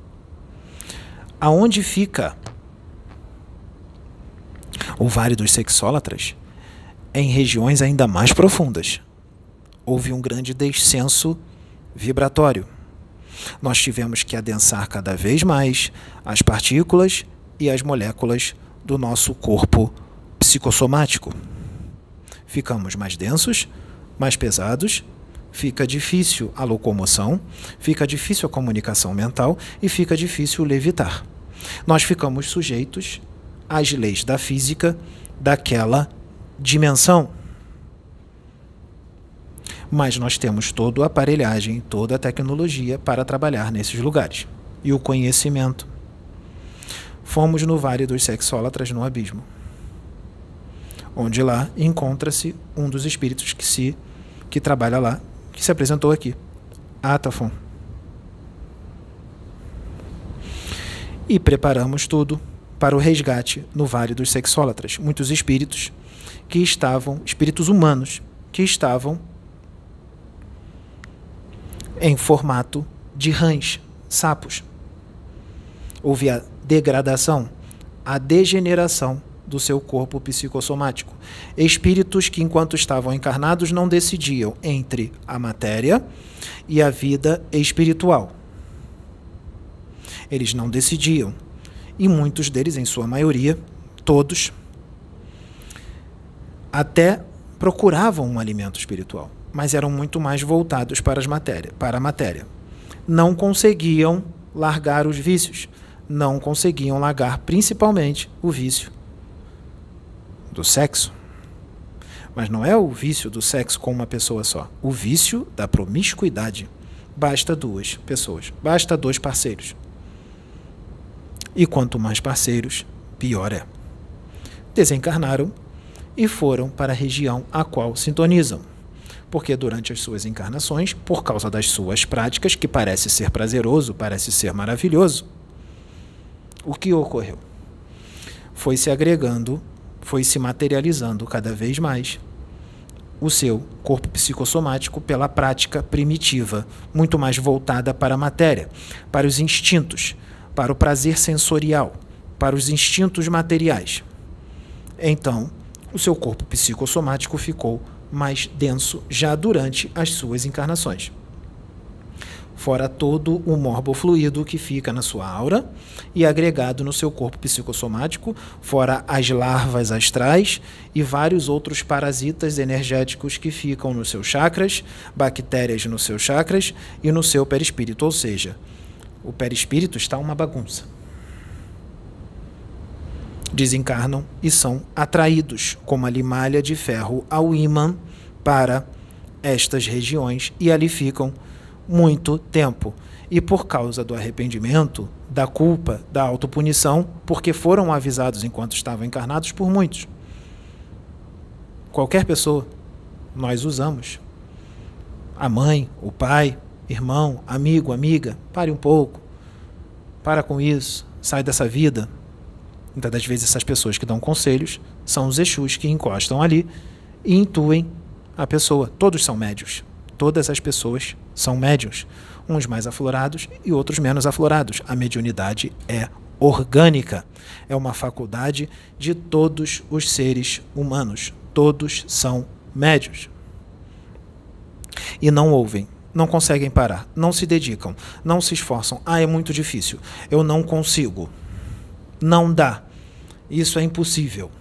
[SPEAKER 3] Aonde fica o Vale dos Sexólatras é em regiões ainda mais profundas. Houve um grande descenso vibratório. Nós tivemos que adensar cada vez mais as partículas e as moléculas do nosso corpo psicossomático. Ficamos mais densos, mais pesados, fica difícil a locomoção, fica difícil a comunicação mental e fica difícil levitar. Nós ficamos sujeitos às leis da física daquela dimensão. Mas nós temos toda a aparelhagem, toda a tecnologia para trabalhar nesses lugares. E o conhecimento. Fomos no Vale dos Sexólatras, no abismo, onde lá encontra-se um dos espíritos que trabalha lá, que se apresentou aqui, Atafon. E preparamos tudo para o resgate no Vale dos Sexólatras. Muitos espíritos espíritos humanos, que estavam em formato de rãs, sapos. Houve a degradação, a degeneração do seu corpo psicossomático. Espíritos que, enquanto estavam encarnados, não decidiam entre a matéria e a vida espiritual. Eles não decidiam. E muitos deles, em sua maioria, todos, até procuravam um alimento espiritual, mas eram muito mais voltados para a matéria. Não conseguiam largar os vícios, não conseguiam largar principalmente o vício do sexo. Mas não é o vício do sexo com uma pessoa só, o vício da promiscuidade. Basta 2 pessoas, basta 2 parceiros. E quanto mais parceiros, pior é. Desencarnaram e foram para a região a qual sintonizam. Porque durante as suas encarnações, por causa das suas práticas, que parece ser prazeroso, parece ser maravilhoso, o que ocorreu? Foi se agregando, foi se materializando cada vez mais o seu corpo psicossomático pela prática primitiva, muito mais voltada para a matéria, para os instintos, para o prazer sensorial, para os instintos materiais. Então, o seu corpo psicossomático ficou mais denso já durante as suas encarnações. Fora todo o morbofluido que fica na sua aura e agregado no seu corpo psicossomático, fora as larvas astrais e vários outros parasitas energéticos que ficam nos seus chakras, bactérias nos seus chakras e no seu perispírito, ou seja, o perispírito está uma bagunça. Desencarnam e são atraídos como a limalha de ferro ao ímã para estas regiões e ali ficam muito tempo. E por causa do arrependimento, da culpa, da autopunição, porque foram avisados enquanto estavam encarnados por muitos. Qualquer pessoa, nós usamos. A mãe, o pai, irmão, amigo, amiga, pare um pouco, para com isso, sai dessa vida. Muitas das vezes essas pessoas que dão conselhos são os Exus que encostam ali e intuem a pessoa. Todos são médios. Todas as pessoas são médios. Uns mais aflorados e outros menos aflorados. A mediunidade é orgânica. É uma faculdade de todos os seres humanos. Todos são médios. E não ouvem. Não conseguem parar. Não se dedicam. Não se esforçam. Ah, é muito difícil. Eu não consigo. Não dá. Isso é impossível.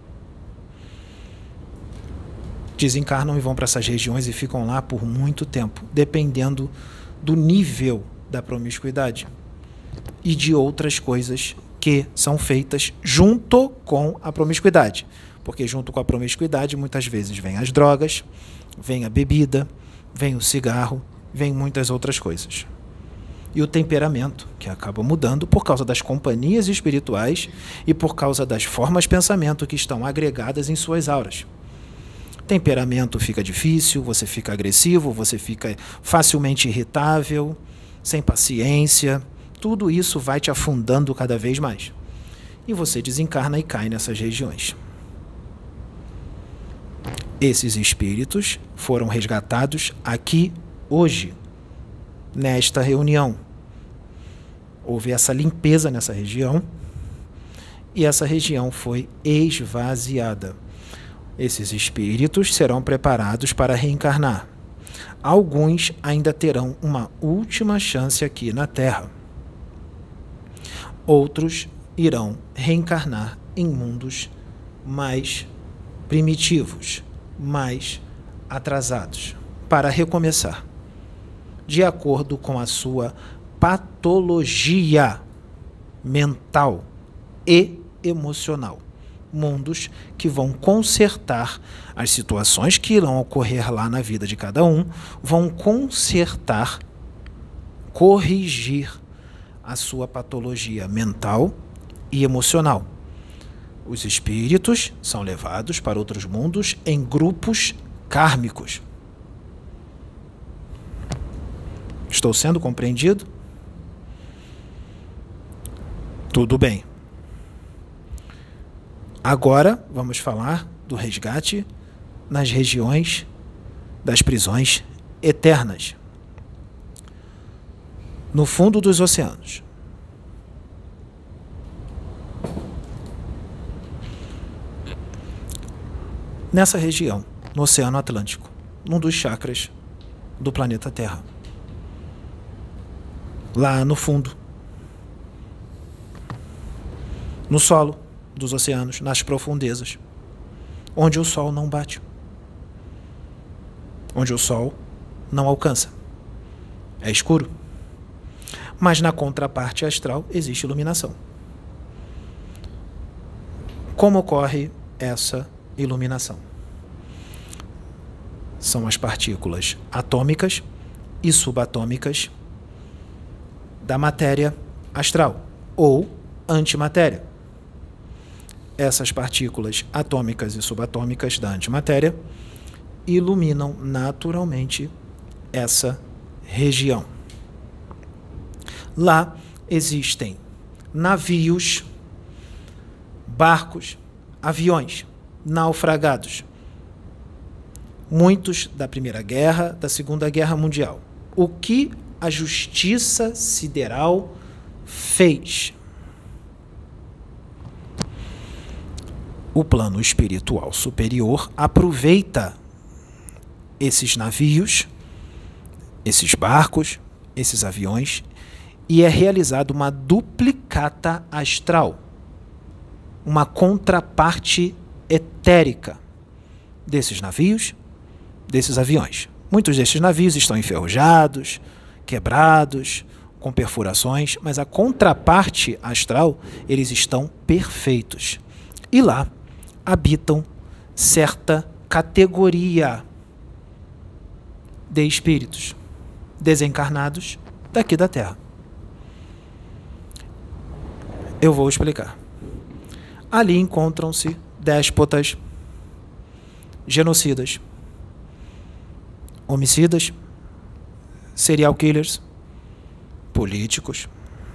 [SPEAKER 3] Desencarnam e vão para essas regiões e ficam lá por muito tempo, dependendo do nível da promiscuidade e de outras coisas que são feitas junto com a promiscuidade. Porque junto com a promiscuidade, muitas vezes vem as drogas, vem a bebida, vem o cigarro, vem muitas outras coisas. E o temperamento, que acaba mudando por causa das companhias espirituais e por causa das formas de pensamento que estão agregadas em suas auras. Temperamento fica difícil, você fica agressivo, você fica facilmente irritável, sem paciência. Tudo isso vai te afundando cada vez mais. E você desencarna e cai nessas regiões. Esses espíritos foram resgatados aqui, hoje, nesta reunião. Houve essa limpeza nessa região e essa região foi esvaziada. Esses espíritos serão preparados para reencarnar. Alguns ainda terão uma última chance aqui na Terra. Outros irão reencarnar em mundos mais primitivos, mais atrasados, para recomeçar, de acordo com a sua patologia mental e emocional. Mundos que vão consertar as situações que irão ocorrer lá na vida de cada um, vão consertar, corrigir a sua patologia mental e emocional. Os espíritos são levados para outros mundos em grupos kármicos. Estou sendo compreendido? Tudo bem. Agora vamos falar do resgate nas regiões das prisões eternas. no fundo dos oceanos. Nessa região, no Oceano Atlântico, num dos chakras do planeta Terra. Lá no fundo, no solo dos oceanos, nas profundezas, onde o sol não bate, onde o sol não alcança. É escuro. Mas na contraparte astral existe iluminação. Como ocorre essa iluminação? São as partículas atômicas e subatômicas da matéria astral ou antimatéria. Essas partículas atômicas e subatômicas da antimatéria iluminam naturalmente essa região. Lá existem navios, barcos, aviões naufragados. Muitos da Primeira Guerra, da Segunda Guerra Mundial. O que a justiça sideral fez? O plano espiritual superior aproveita esses navios, esses barcos, esses aviões, e é realizada uma duplicata astral, uma contraparte etérica desses navios, desses aviões. Muitos desses navios estão enferrujados, quebrados, com perfurações, mas a contraparte astral, eles estão perfeitos. E lá habitam certa categoria de espíritos desencarnados daqui da Terra. Eu vou explicar. Ali encontram-se déspotas, genocidas, homicidas, serial killers, políticos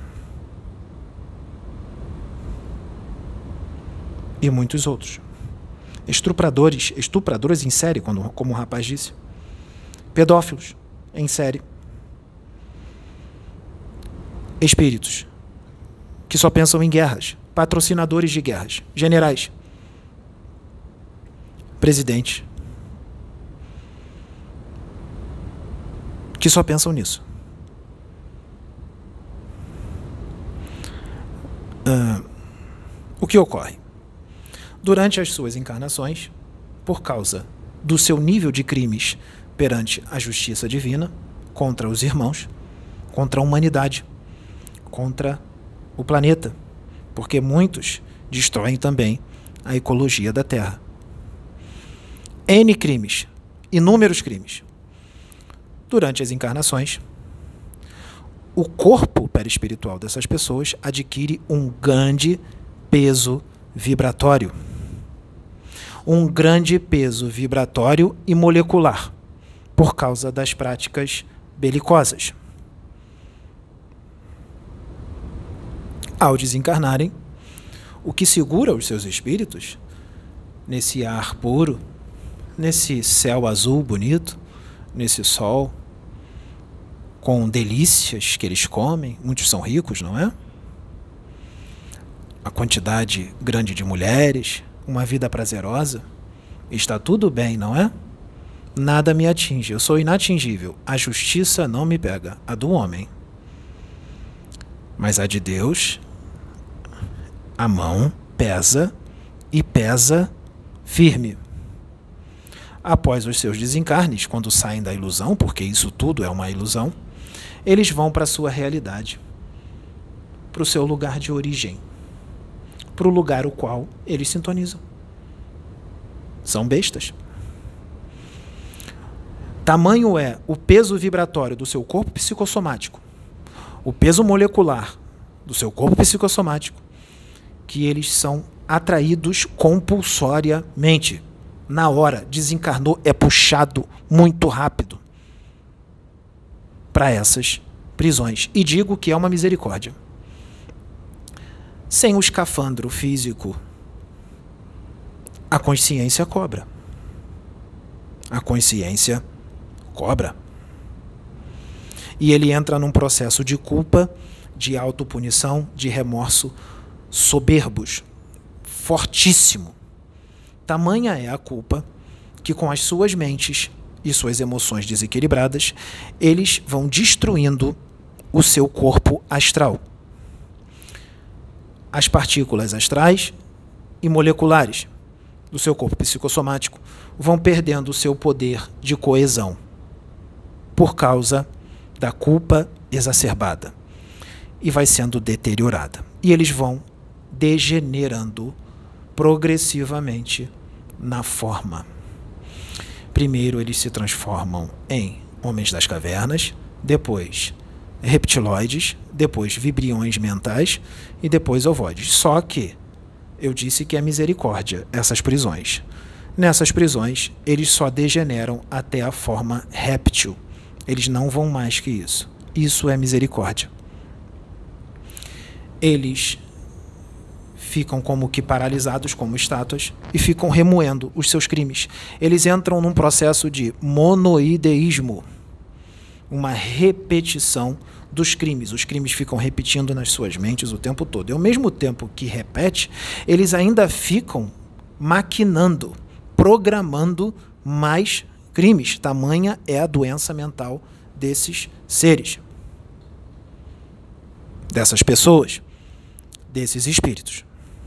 [SPEAKER 3] e muitos outros. Estupradores em série, como o rapaz disse. Pedófilos em série. Espíritos que só pensam em guerras, patrocinadores de guerras, generais, presidentes, que só pensam nisso. O que ocorre? Durante as suas encarnações, por causa do seu nível de crimes perante a justiça divina, contra os irmãos, contra a humanidade, contra o planeta, porque muitos destroem também a ecologia da Terra. N crimes, inúmeros crimes. Durante as encarnações, o corpo perispiritual dessas pessoas adquire um grande peso vibratório. Um grande peso vibratório e molecular, por causa das práticas belicosas. Ao desencarnarem, o que segura os seus espíritos, nesse ar puro, nesse céu azul bonito, nesse sol, com delícias que eles comem, muitos são ricos, não é? A quantidade grande de mulheres, uma vida prazerosa, está tudo bem, não é? Nada me atinge, eu sou inatingível, a justiça não me pega, a do homem. Mas a de Deus, a mão pesa e pesa firme. Após os seus desencarnes, quando saem da ilusão, porque isso tudo é uma ilusão, eles vão para a sua realidade, para o seu lugar de origem, para o lugar o qual eles sintonizam. São bestas. Tamanho é o peso vibratório do seu corpo psicossomático, o peso molecular do seu corpo psicossomático, que eles são atraídos compulsoriamente. Na hora, desencarnou, é puxado muito rápido para essas prisões. E digo que é uma misericórdia. Sem o escafandro físico, a consciência cobra. A consciência cobra. E ele entra num processo de culpa, de autopunição, de remorso soberbos, fortíssimo. Tamanha é a culpa que, com as suas mentes e suas emoções desequilibradas, eles vão destruindo o seu corpo astral. As partículas astrais e moleculares do seu corpo psicossomático vão perdendo o seu poder de coesão por causa da culpa exacerbada e vai sendo deteriorada. E eles vão degenerando progressivamente na forma. Primeiro eles se transformam em homens das cavernas, depois reptiloides, depois vibriões mentais e depois ovoides. Só que eu disse que é misericórdia essas prisões. Nessas prisões, eles só degeneram até a forma réptil. Eles não vão mais que isso. Isso é misericórdia. Eles ficam como que paralisados, como estátuas, e ficam remoendo os seus crimes. Eles entram num processo de monoideísmo, uma repetição dos crimes. Os crimes ficam repetindo nas suas mentes o tempo todo. E ao mesmo tempo que repete, eles ainda ficam maquinando, programando mais crimes. Tamanha é a doença mental desses seres, dessas pessoas, desses espíritos.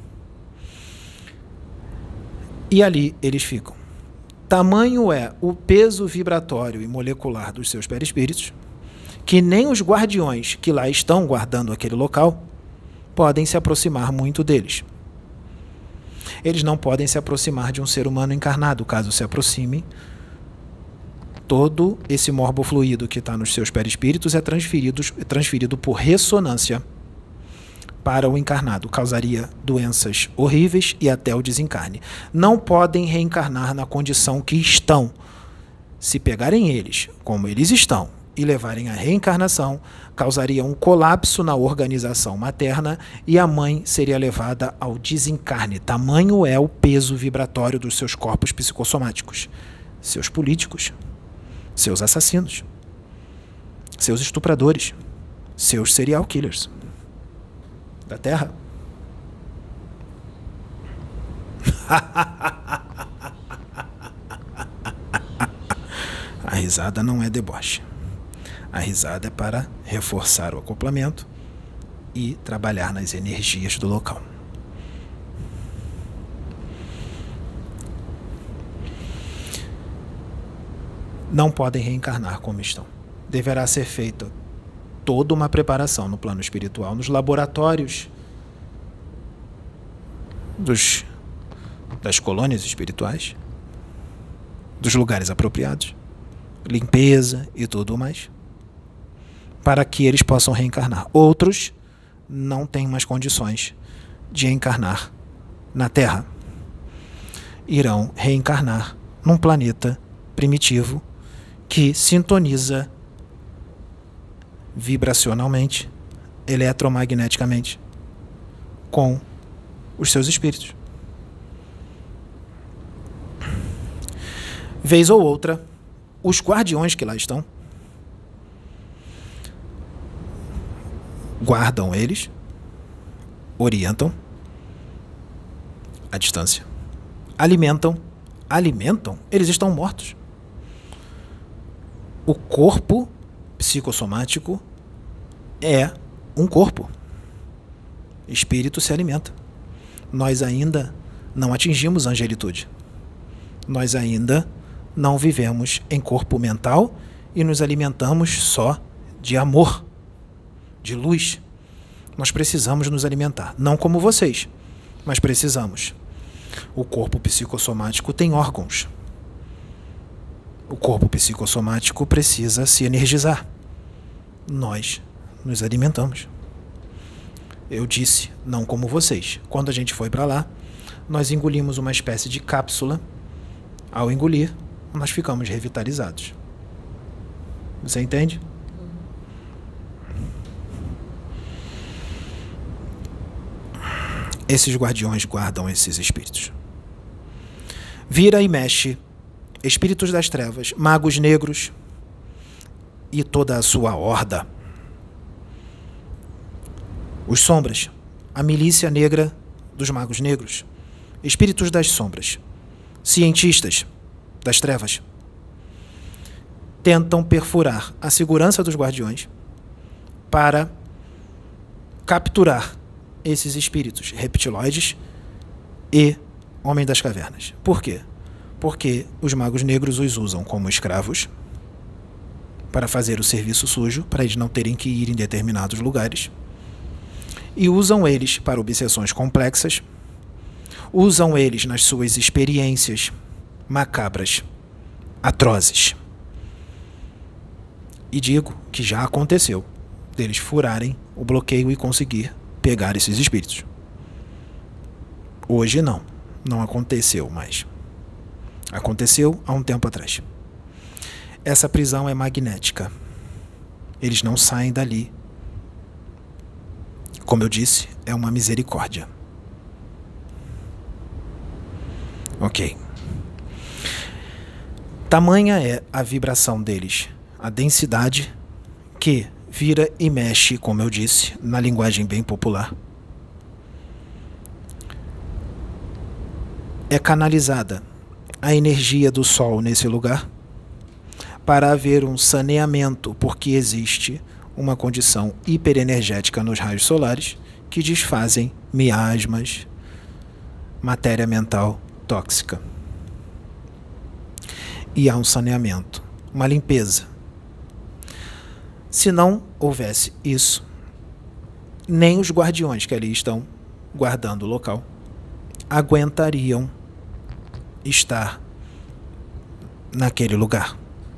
[SPEAKER 3] E ali eles ficam. Tamanho é o peso vibratório e molecular dos seus perispíritos, que nem os guardiões que lá estão guardando aquele local podem se aproximar muito deles. Eles não podem se aproximar de um ser humano encarnado. Caso se aproximem, todo esse morbofluido que está nos seus perispíritos é transferido por ressonância para o encarnado. Causaria doenças horríveis e até o desencarne. Não podem reencarnar na condição que estão. Se pegarem eles como eles estão e levarem à reencarnação, causaria um colapso na organização materna e a mãe seria levada ao desencarne. Tamanho é o peso vibratório dos seus corpos psicossomáticos. Seus políticos, seus assassinos, seus estupradores, seus serial killers da Terra. A risada não é deboche. A risada é para reforçar o acoplamento e trabalhar nas energias do local. Não podem reencarnar como estão. Deverá ser feita toda uma preparação no plano espiritual, nos laboratórios das colônias espirituais, dos lugares apropriados, limpeza e tudo mais, para que eles possam reencarnar. Outros não têm mais condições de encarnar na Terra. Irão reencarnar num planeta primitivo que sintoniza vibracionalmente, eletromagneticamente, com os seus espíritos. Vez ou outra, os guardiões que lá estão guardam eles, orientam à distância, alimentam, eles estão mortos. O corpo psicossomático é um corpo. Espírito se alimenta. Nós ainda não atingimos a angelitude. Nós ainda não vivemos em corpo mental e nos alimentamos só de amor, de luz. Nós precisamos nos alimentar. Não como vocês, mas precisamos. O corpo psicossomático tem órgãos. O corpo psicossomático precisa se energizar. Nós nos alimentamos. Eu disse, não como vocês. Quando a gente foi para lá, nós engolimos uma espécie de cápsula. Ao engolir, nós ficamos revitalizados. Você entende? Esses guardiões guardam esses espíritos. Vira e mexe, espíritos das trevas, magos negros, e toda a sua horda. Os sombras, a milícia negra dos magos negros, espíritos das sombras, cientistas das trevas, tentam perfurar a segurança dos guardiões para capturar esses espíritos reptiloides e homem das cavernas. Por quê? Porque os magos negros os usam como escravos para fazer o serviço sujo, para eles não terem que ir em determinados lugares, e usam eles para obsessões complexas, usam eles nas suas experiências macabras, atrozes. E digo que já aconteceu deles furarem o bloqueio e conseguir pegar esses espíritos. Hoje não aconteceu mais. Aconteceu há um tempo atrás. Essa prisão é magnética. Eles não saem dali. Como eu disse, é uma misericórdia. Ok. Tamanha é a vibração deles, a densidade, que vira e mexe, como eu disse, na linguagem bem popular. É canalizada a energia do Sol nesse lugar para haver um saneamento, porque existe uma condição hiperenergética nos raios solares que desfazem miasmas, matéria mental tóxica. E há um saneamento, uma limpeza. Se não houvesse isso, nem os guardiões que ali estão guardando o local aguentariam estar naquele lugar.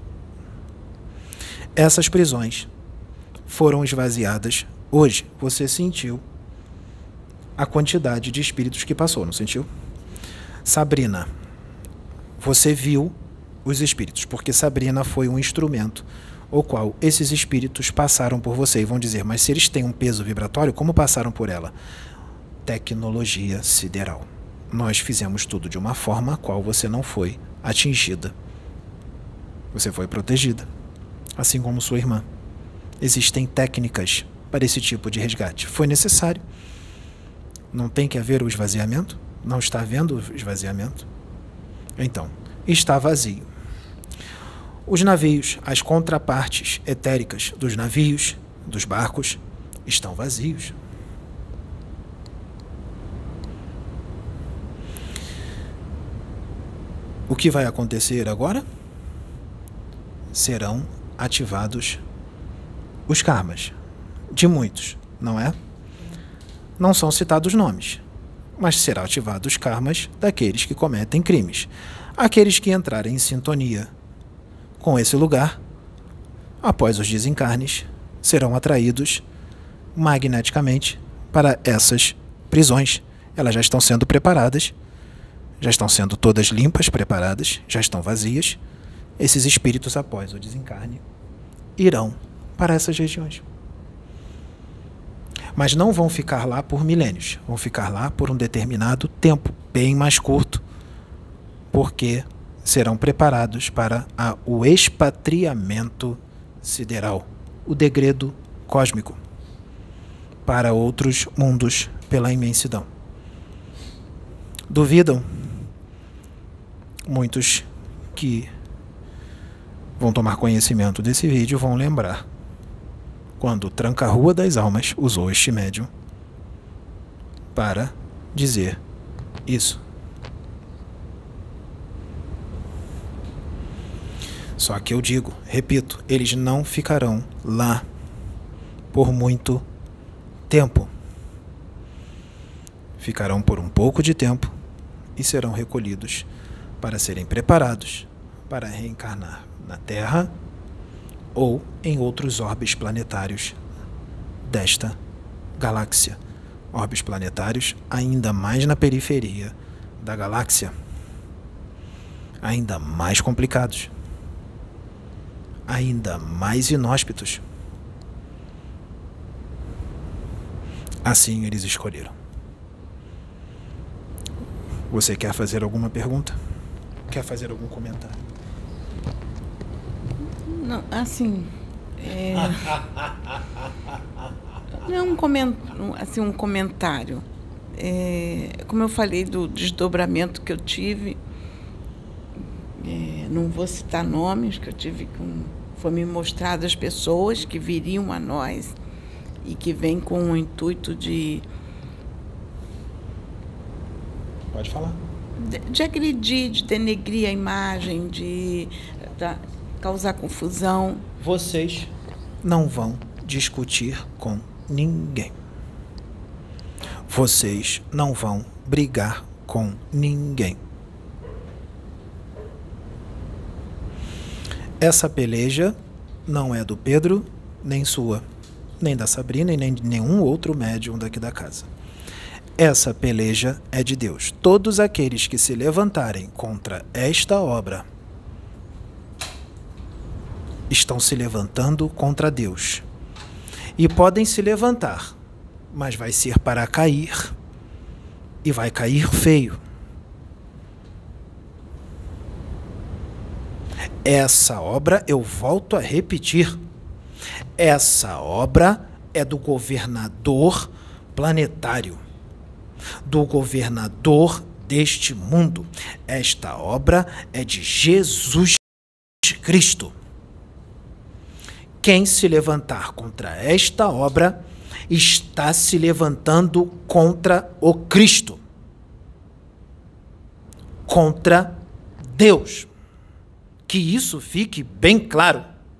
[SPEAKER 3] Essas prisões foram esvaziadas. Hoje você sentiu a quantidade de espíritos que passou, não sentiu? Sabrina, você viu os espíritos, porque Sabrina foi um instrumento o qual esses espíritos passaram por você. E vão dizer, mas se eles têm um peso vibratório, como passaram por ela? Tecnologia sideral. Nós fizemos tudo de uma forma a qual você não foi atingida. Você foi protegida, assim como sua irmã. Existem técnicas para esse tipo de resgate. Foi necessário. Não tem que haver o esvaziamento? Não está havendo o esvaziamento? Então, está vazio. Os navios, as contrapartes etéricas dos navios, dos barcos, estão vazios. O que vai acontecer agora? Serão ativados os karmas. De muitos, não é? Não são citados nomes, mas serão ativados os karmas daqueles que cometem crimes. Aqueles que entrarem em sintonia com esse lugar, após os desencarnes, serão atraídos magneticamente para essas prisões. Elas já estão sendo preparadas, já estão sendo todas limpas, preparadas, já estão vazias. Esses espíritos, após o desencarne, irão para essas regiões. Mas não vão ficar lá por milênios, vão ficar lá por um determinado tempo, bem mais curto, porque serão preparados para o expatriamento sideral, o degredo cósmico, para outros mundos pela imensidão. Duvidam? Muitos que vão tomar conhecimento desse vídeo vão lembrar quando o Tranca-Rua das Almas usou este médium para dizer isso. Só que eu digo, repito, eles não ficarão lá por muito tempo. Ficarão por um pouco de tempo e serão recolhidos para serem preparados para reencarnar na Terra ou em outros orbes planetários desta galáxia. Orbes planetários ainda mais na periferia da galáxia, ainda mais complicados, ainda mais inóspitos. Assim eles escolheram. Você quer fazer alguma pergunta? Quer fazer algum comentário?
[SPEAKER 1] Não, assim, Não é um comentário. Como eu falei do desdobramento que eu tive, não vou citar nomes, que eu tive foi me mostrado as pessoas que viriam a nós e que vêm com o intuito de...
[SPEAKER 3] Pode falar.
[SPEAKER 1] De agredir, de denegrir a imagem, de causar confusão.
[SPEAKER 3] Vocês não vão discutir com ninguém. Vocês não vão brigar com ninguém. Essa peleja não é do Pedro, nem sua, nem da Sabrina e nem de nenhum outro médium daqui da casa. Essa peleja é de Deus. Todos aqueles que se levantarem contra esta obra estão se levantando contra Deus. E podem se levantar, mas vai ser para cair. E vai cair feio. Essa obra, eu volto a repetir, essa obra é do governador planetário, do governador deste mundo. Esta obra é de Jesus Cristo. Quem se levantar contra esta obra está se levantando contra o Cristo, contra Deus. Que isso fique bem claro.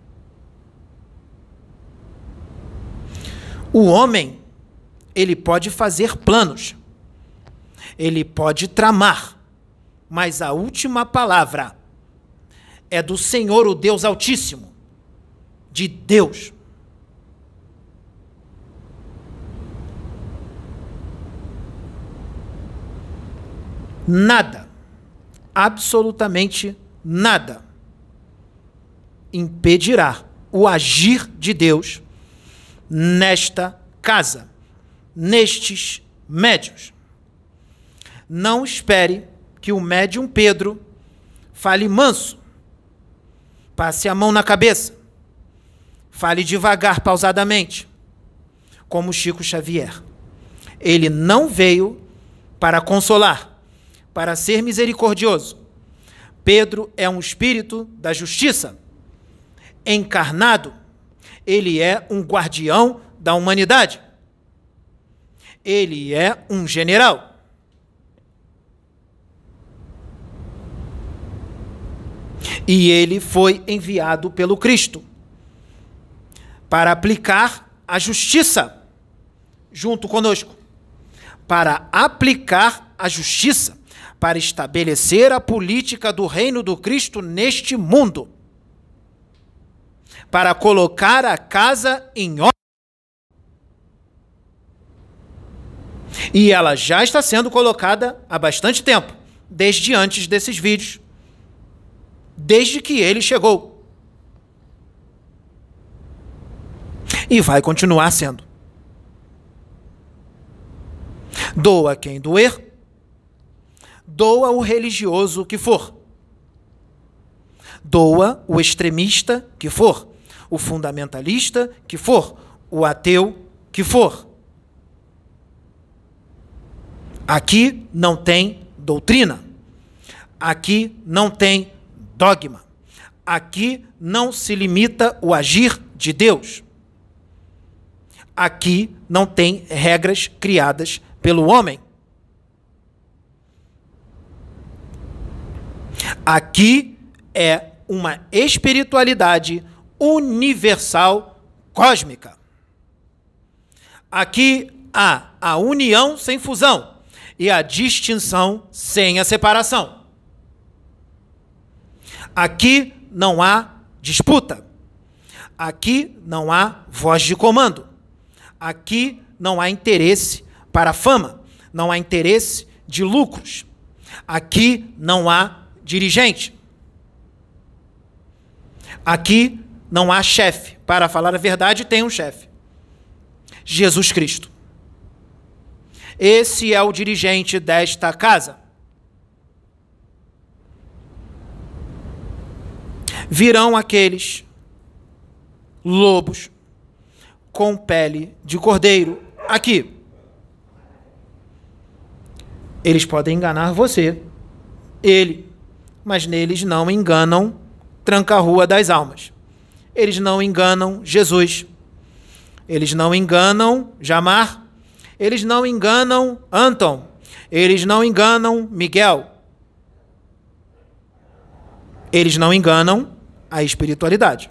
[SPEAKER 3] O homem, ele pode fazer planos, ele pode tramar, mas a última palavra é do Senhor, o Deus Altíssimo, de Deus. Nada, absolutamente nada, impedirá o agir de Deus nesta casa, nestes médiuns. Não espere que o médium Pedro fale manso, passe a mão na cabeça, fale devagar, pausadamente, como Chico Xavier. Ele não veio para consolar, para ser misericordioso. Pedro é um espírito da justiça, encarnado. Ele é um guardião da humanidade. Ele é um general. E ele foi enviado pelo Cristo para aplicar a justiça junto conosco, para aplicar a justiça, para estabelecer a política do reino do Cristo neste mundo, para colocar a casa em ordem. E ela já está sendo colocada há bastante tempo, desde antes desses vídeos, desde que ele chegou. E vai continuar sendo. Doa quem doer, doa o religioso que for, doa o extremista que for, o fundamentalista que for, o ateu que for. Aqui não tem doutrina, aqui não tem dogma, aqui não se limita o agir de Deus, aqui não tem regras criadas pelo homem. Aqui é uma espiritualidade universal cósmica. Aqui há a união sem fusão e a distinção sem a separação. Aqui não há disputa. Aqui não há voz de comando. Aqui não há interesse para a fama. Não há interesse de lucros. Aqui não há dirigente. Aqui não há chefe. Para falar a verdade, tem um chefe. Jesus Cristo. Esse é o dirigente desta casa. Virão aqueles lobos com pele de cordeiro aqui. Eles podem enganar você, ele, mas neles não enganam Tranca-Rua das Almas. Eles não enganam Jesus. Eles não enganam Jamar. Eles não enganam Anton. Eles não enganam Miguel. Eles não enganam a espiritualidade.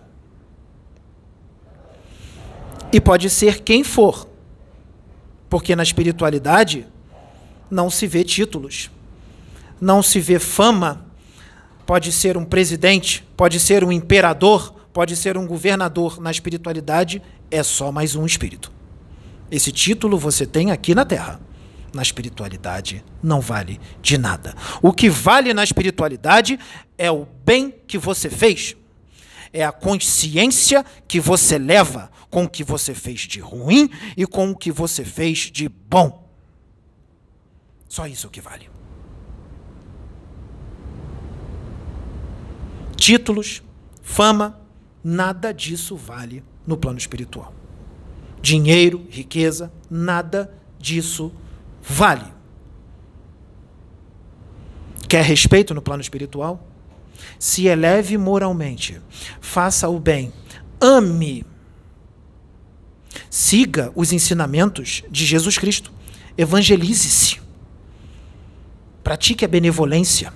[SPEAKER 3] E pode ser quem for, porque na espiritualidade não se vê títulos, não se vê fama. Pode ser um presidente, pode ser um imperador, pode ser um governador. Na espiritualidade é só mais um espírito. Esse título você tem aqui na Terra. Na espiritualidade não vale de nada. O que vale na espiritualidade é o bem que você fez. É a consciência que você leva com o que você fez de ruim e com o que você fez de bom. Só isso que vale. Títulos, fama, nada disso vale no plano espiritual. Dinheiro, riqueza, nada disso vale. Quer respeito no plano espiritual? Se eleve moralmente, faça o bem, ame, siga os ensinamentos de Jesus Cristo, evangelize-se, pratique a benevolência,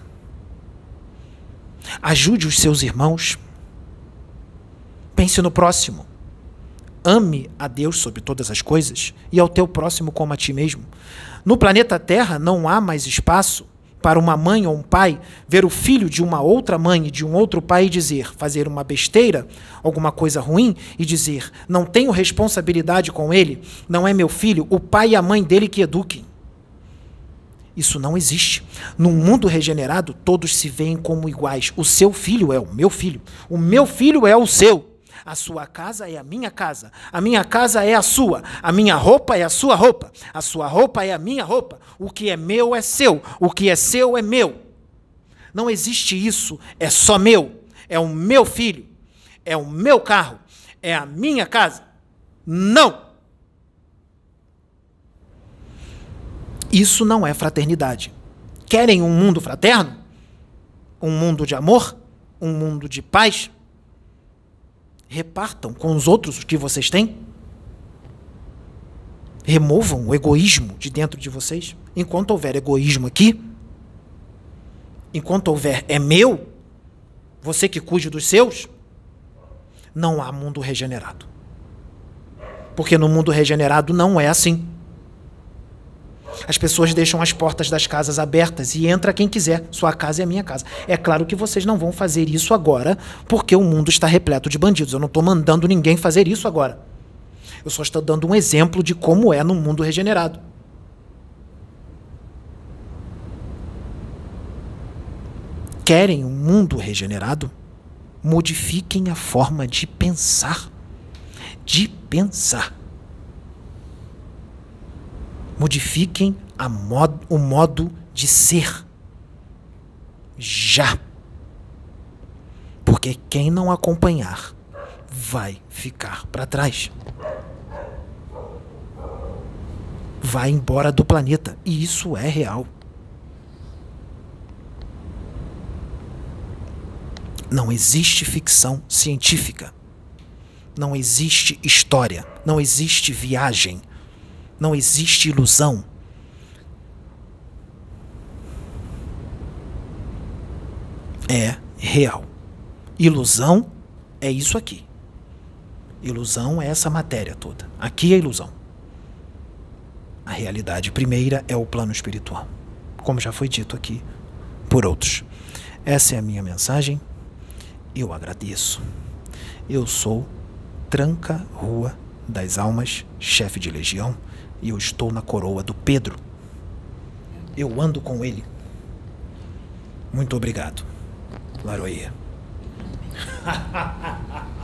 [SPEAKER 3] ajude os seus irmãos, pense no próximo, ame a Deus sobre todas as coisas e ao teu próximo como a ti mesmo. No planeta Terra não há mais espaço para uma mãe ou um pai ver o filho de uma outra mãe e de um outro pai e dizer, fazer uma besteira, alguma coisa ruim, e dizer, não tenho responsabilidade com ele, não é meu filho, o pai e a mãe dele que eduquem. Isso não existe. Num mundo regenerado, todos se veem como iguais. O seu filho é o meu filho é o seu. A sua casa é a minha casa é a minha roupa é a sua roupa é a minha roupa, o que é meu é seu, o que é seu é meu. Não existe isso, é só meu, é o meu filho, é o meu carro, é a minha casa. Não! Isso não é fraternidade. Querem um mundo fraterno? Um mundo de amor? Um mundo de paz? Repartam com os outros o que vocês têm. Removam o egoísmo de dentro de vocês. Enquanto houver egoísmo aqui, enquanto houver é meu, você que cuide dos seus, não há mundo regenerado. Porque no mundo regenerado não é assim. As pessoas deixam as portas das casas abertas e entra quem quiser. Sua casa é a minha casa. É claro que vocês não vão fazer isso agora, porque o mundo está repleto de bandidos. Eu não estou mandando ninguém fazer isso agora. Eu só estou dando um exemplo de como é no mundo regenerado. Querem um mundo regenerado? Modifiquem a forma de pensar. De pensar. Modifiquem o modo de ser. Já. Porque quem não acompanhar vai ficar para trás. Vai embora do planeta. E isso é real. Não existe ficção científica. Não existe história. Não existe viagem. Não existe ilusão. É real. Ilusão é isso aqui. Ilusão é essa matéria toda. Aqui é ilusão. A realidade primeira é o plano espiritual, como já foi dito aqui por outros. Essa é a minha mensagem. Eu agradeço. Eu sou Tranca-Rua das Almas, chefe de legião. E eu estou na coroa do Pedro. Eu ando com ele. Muito obrigado. Laroia.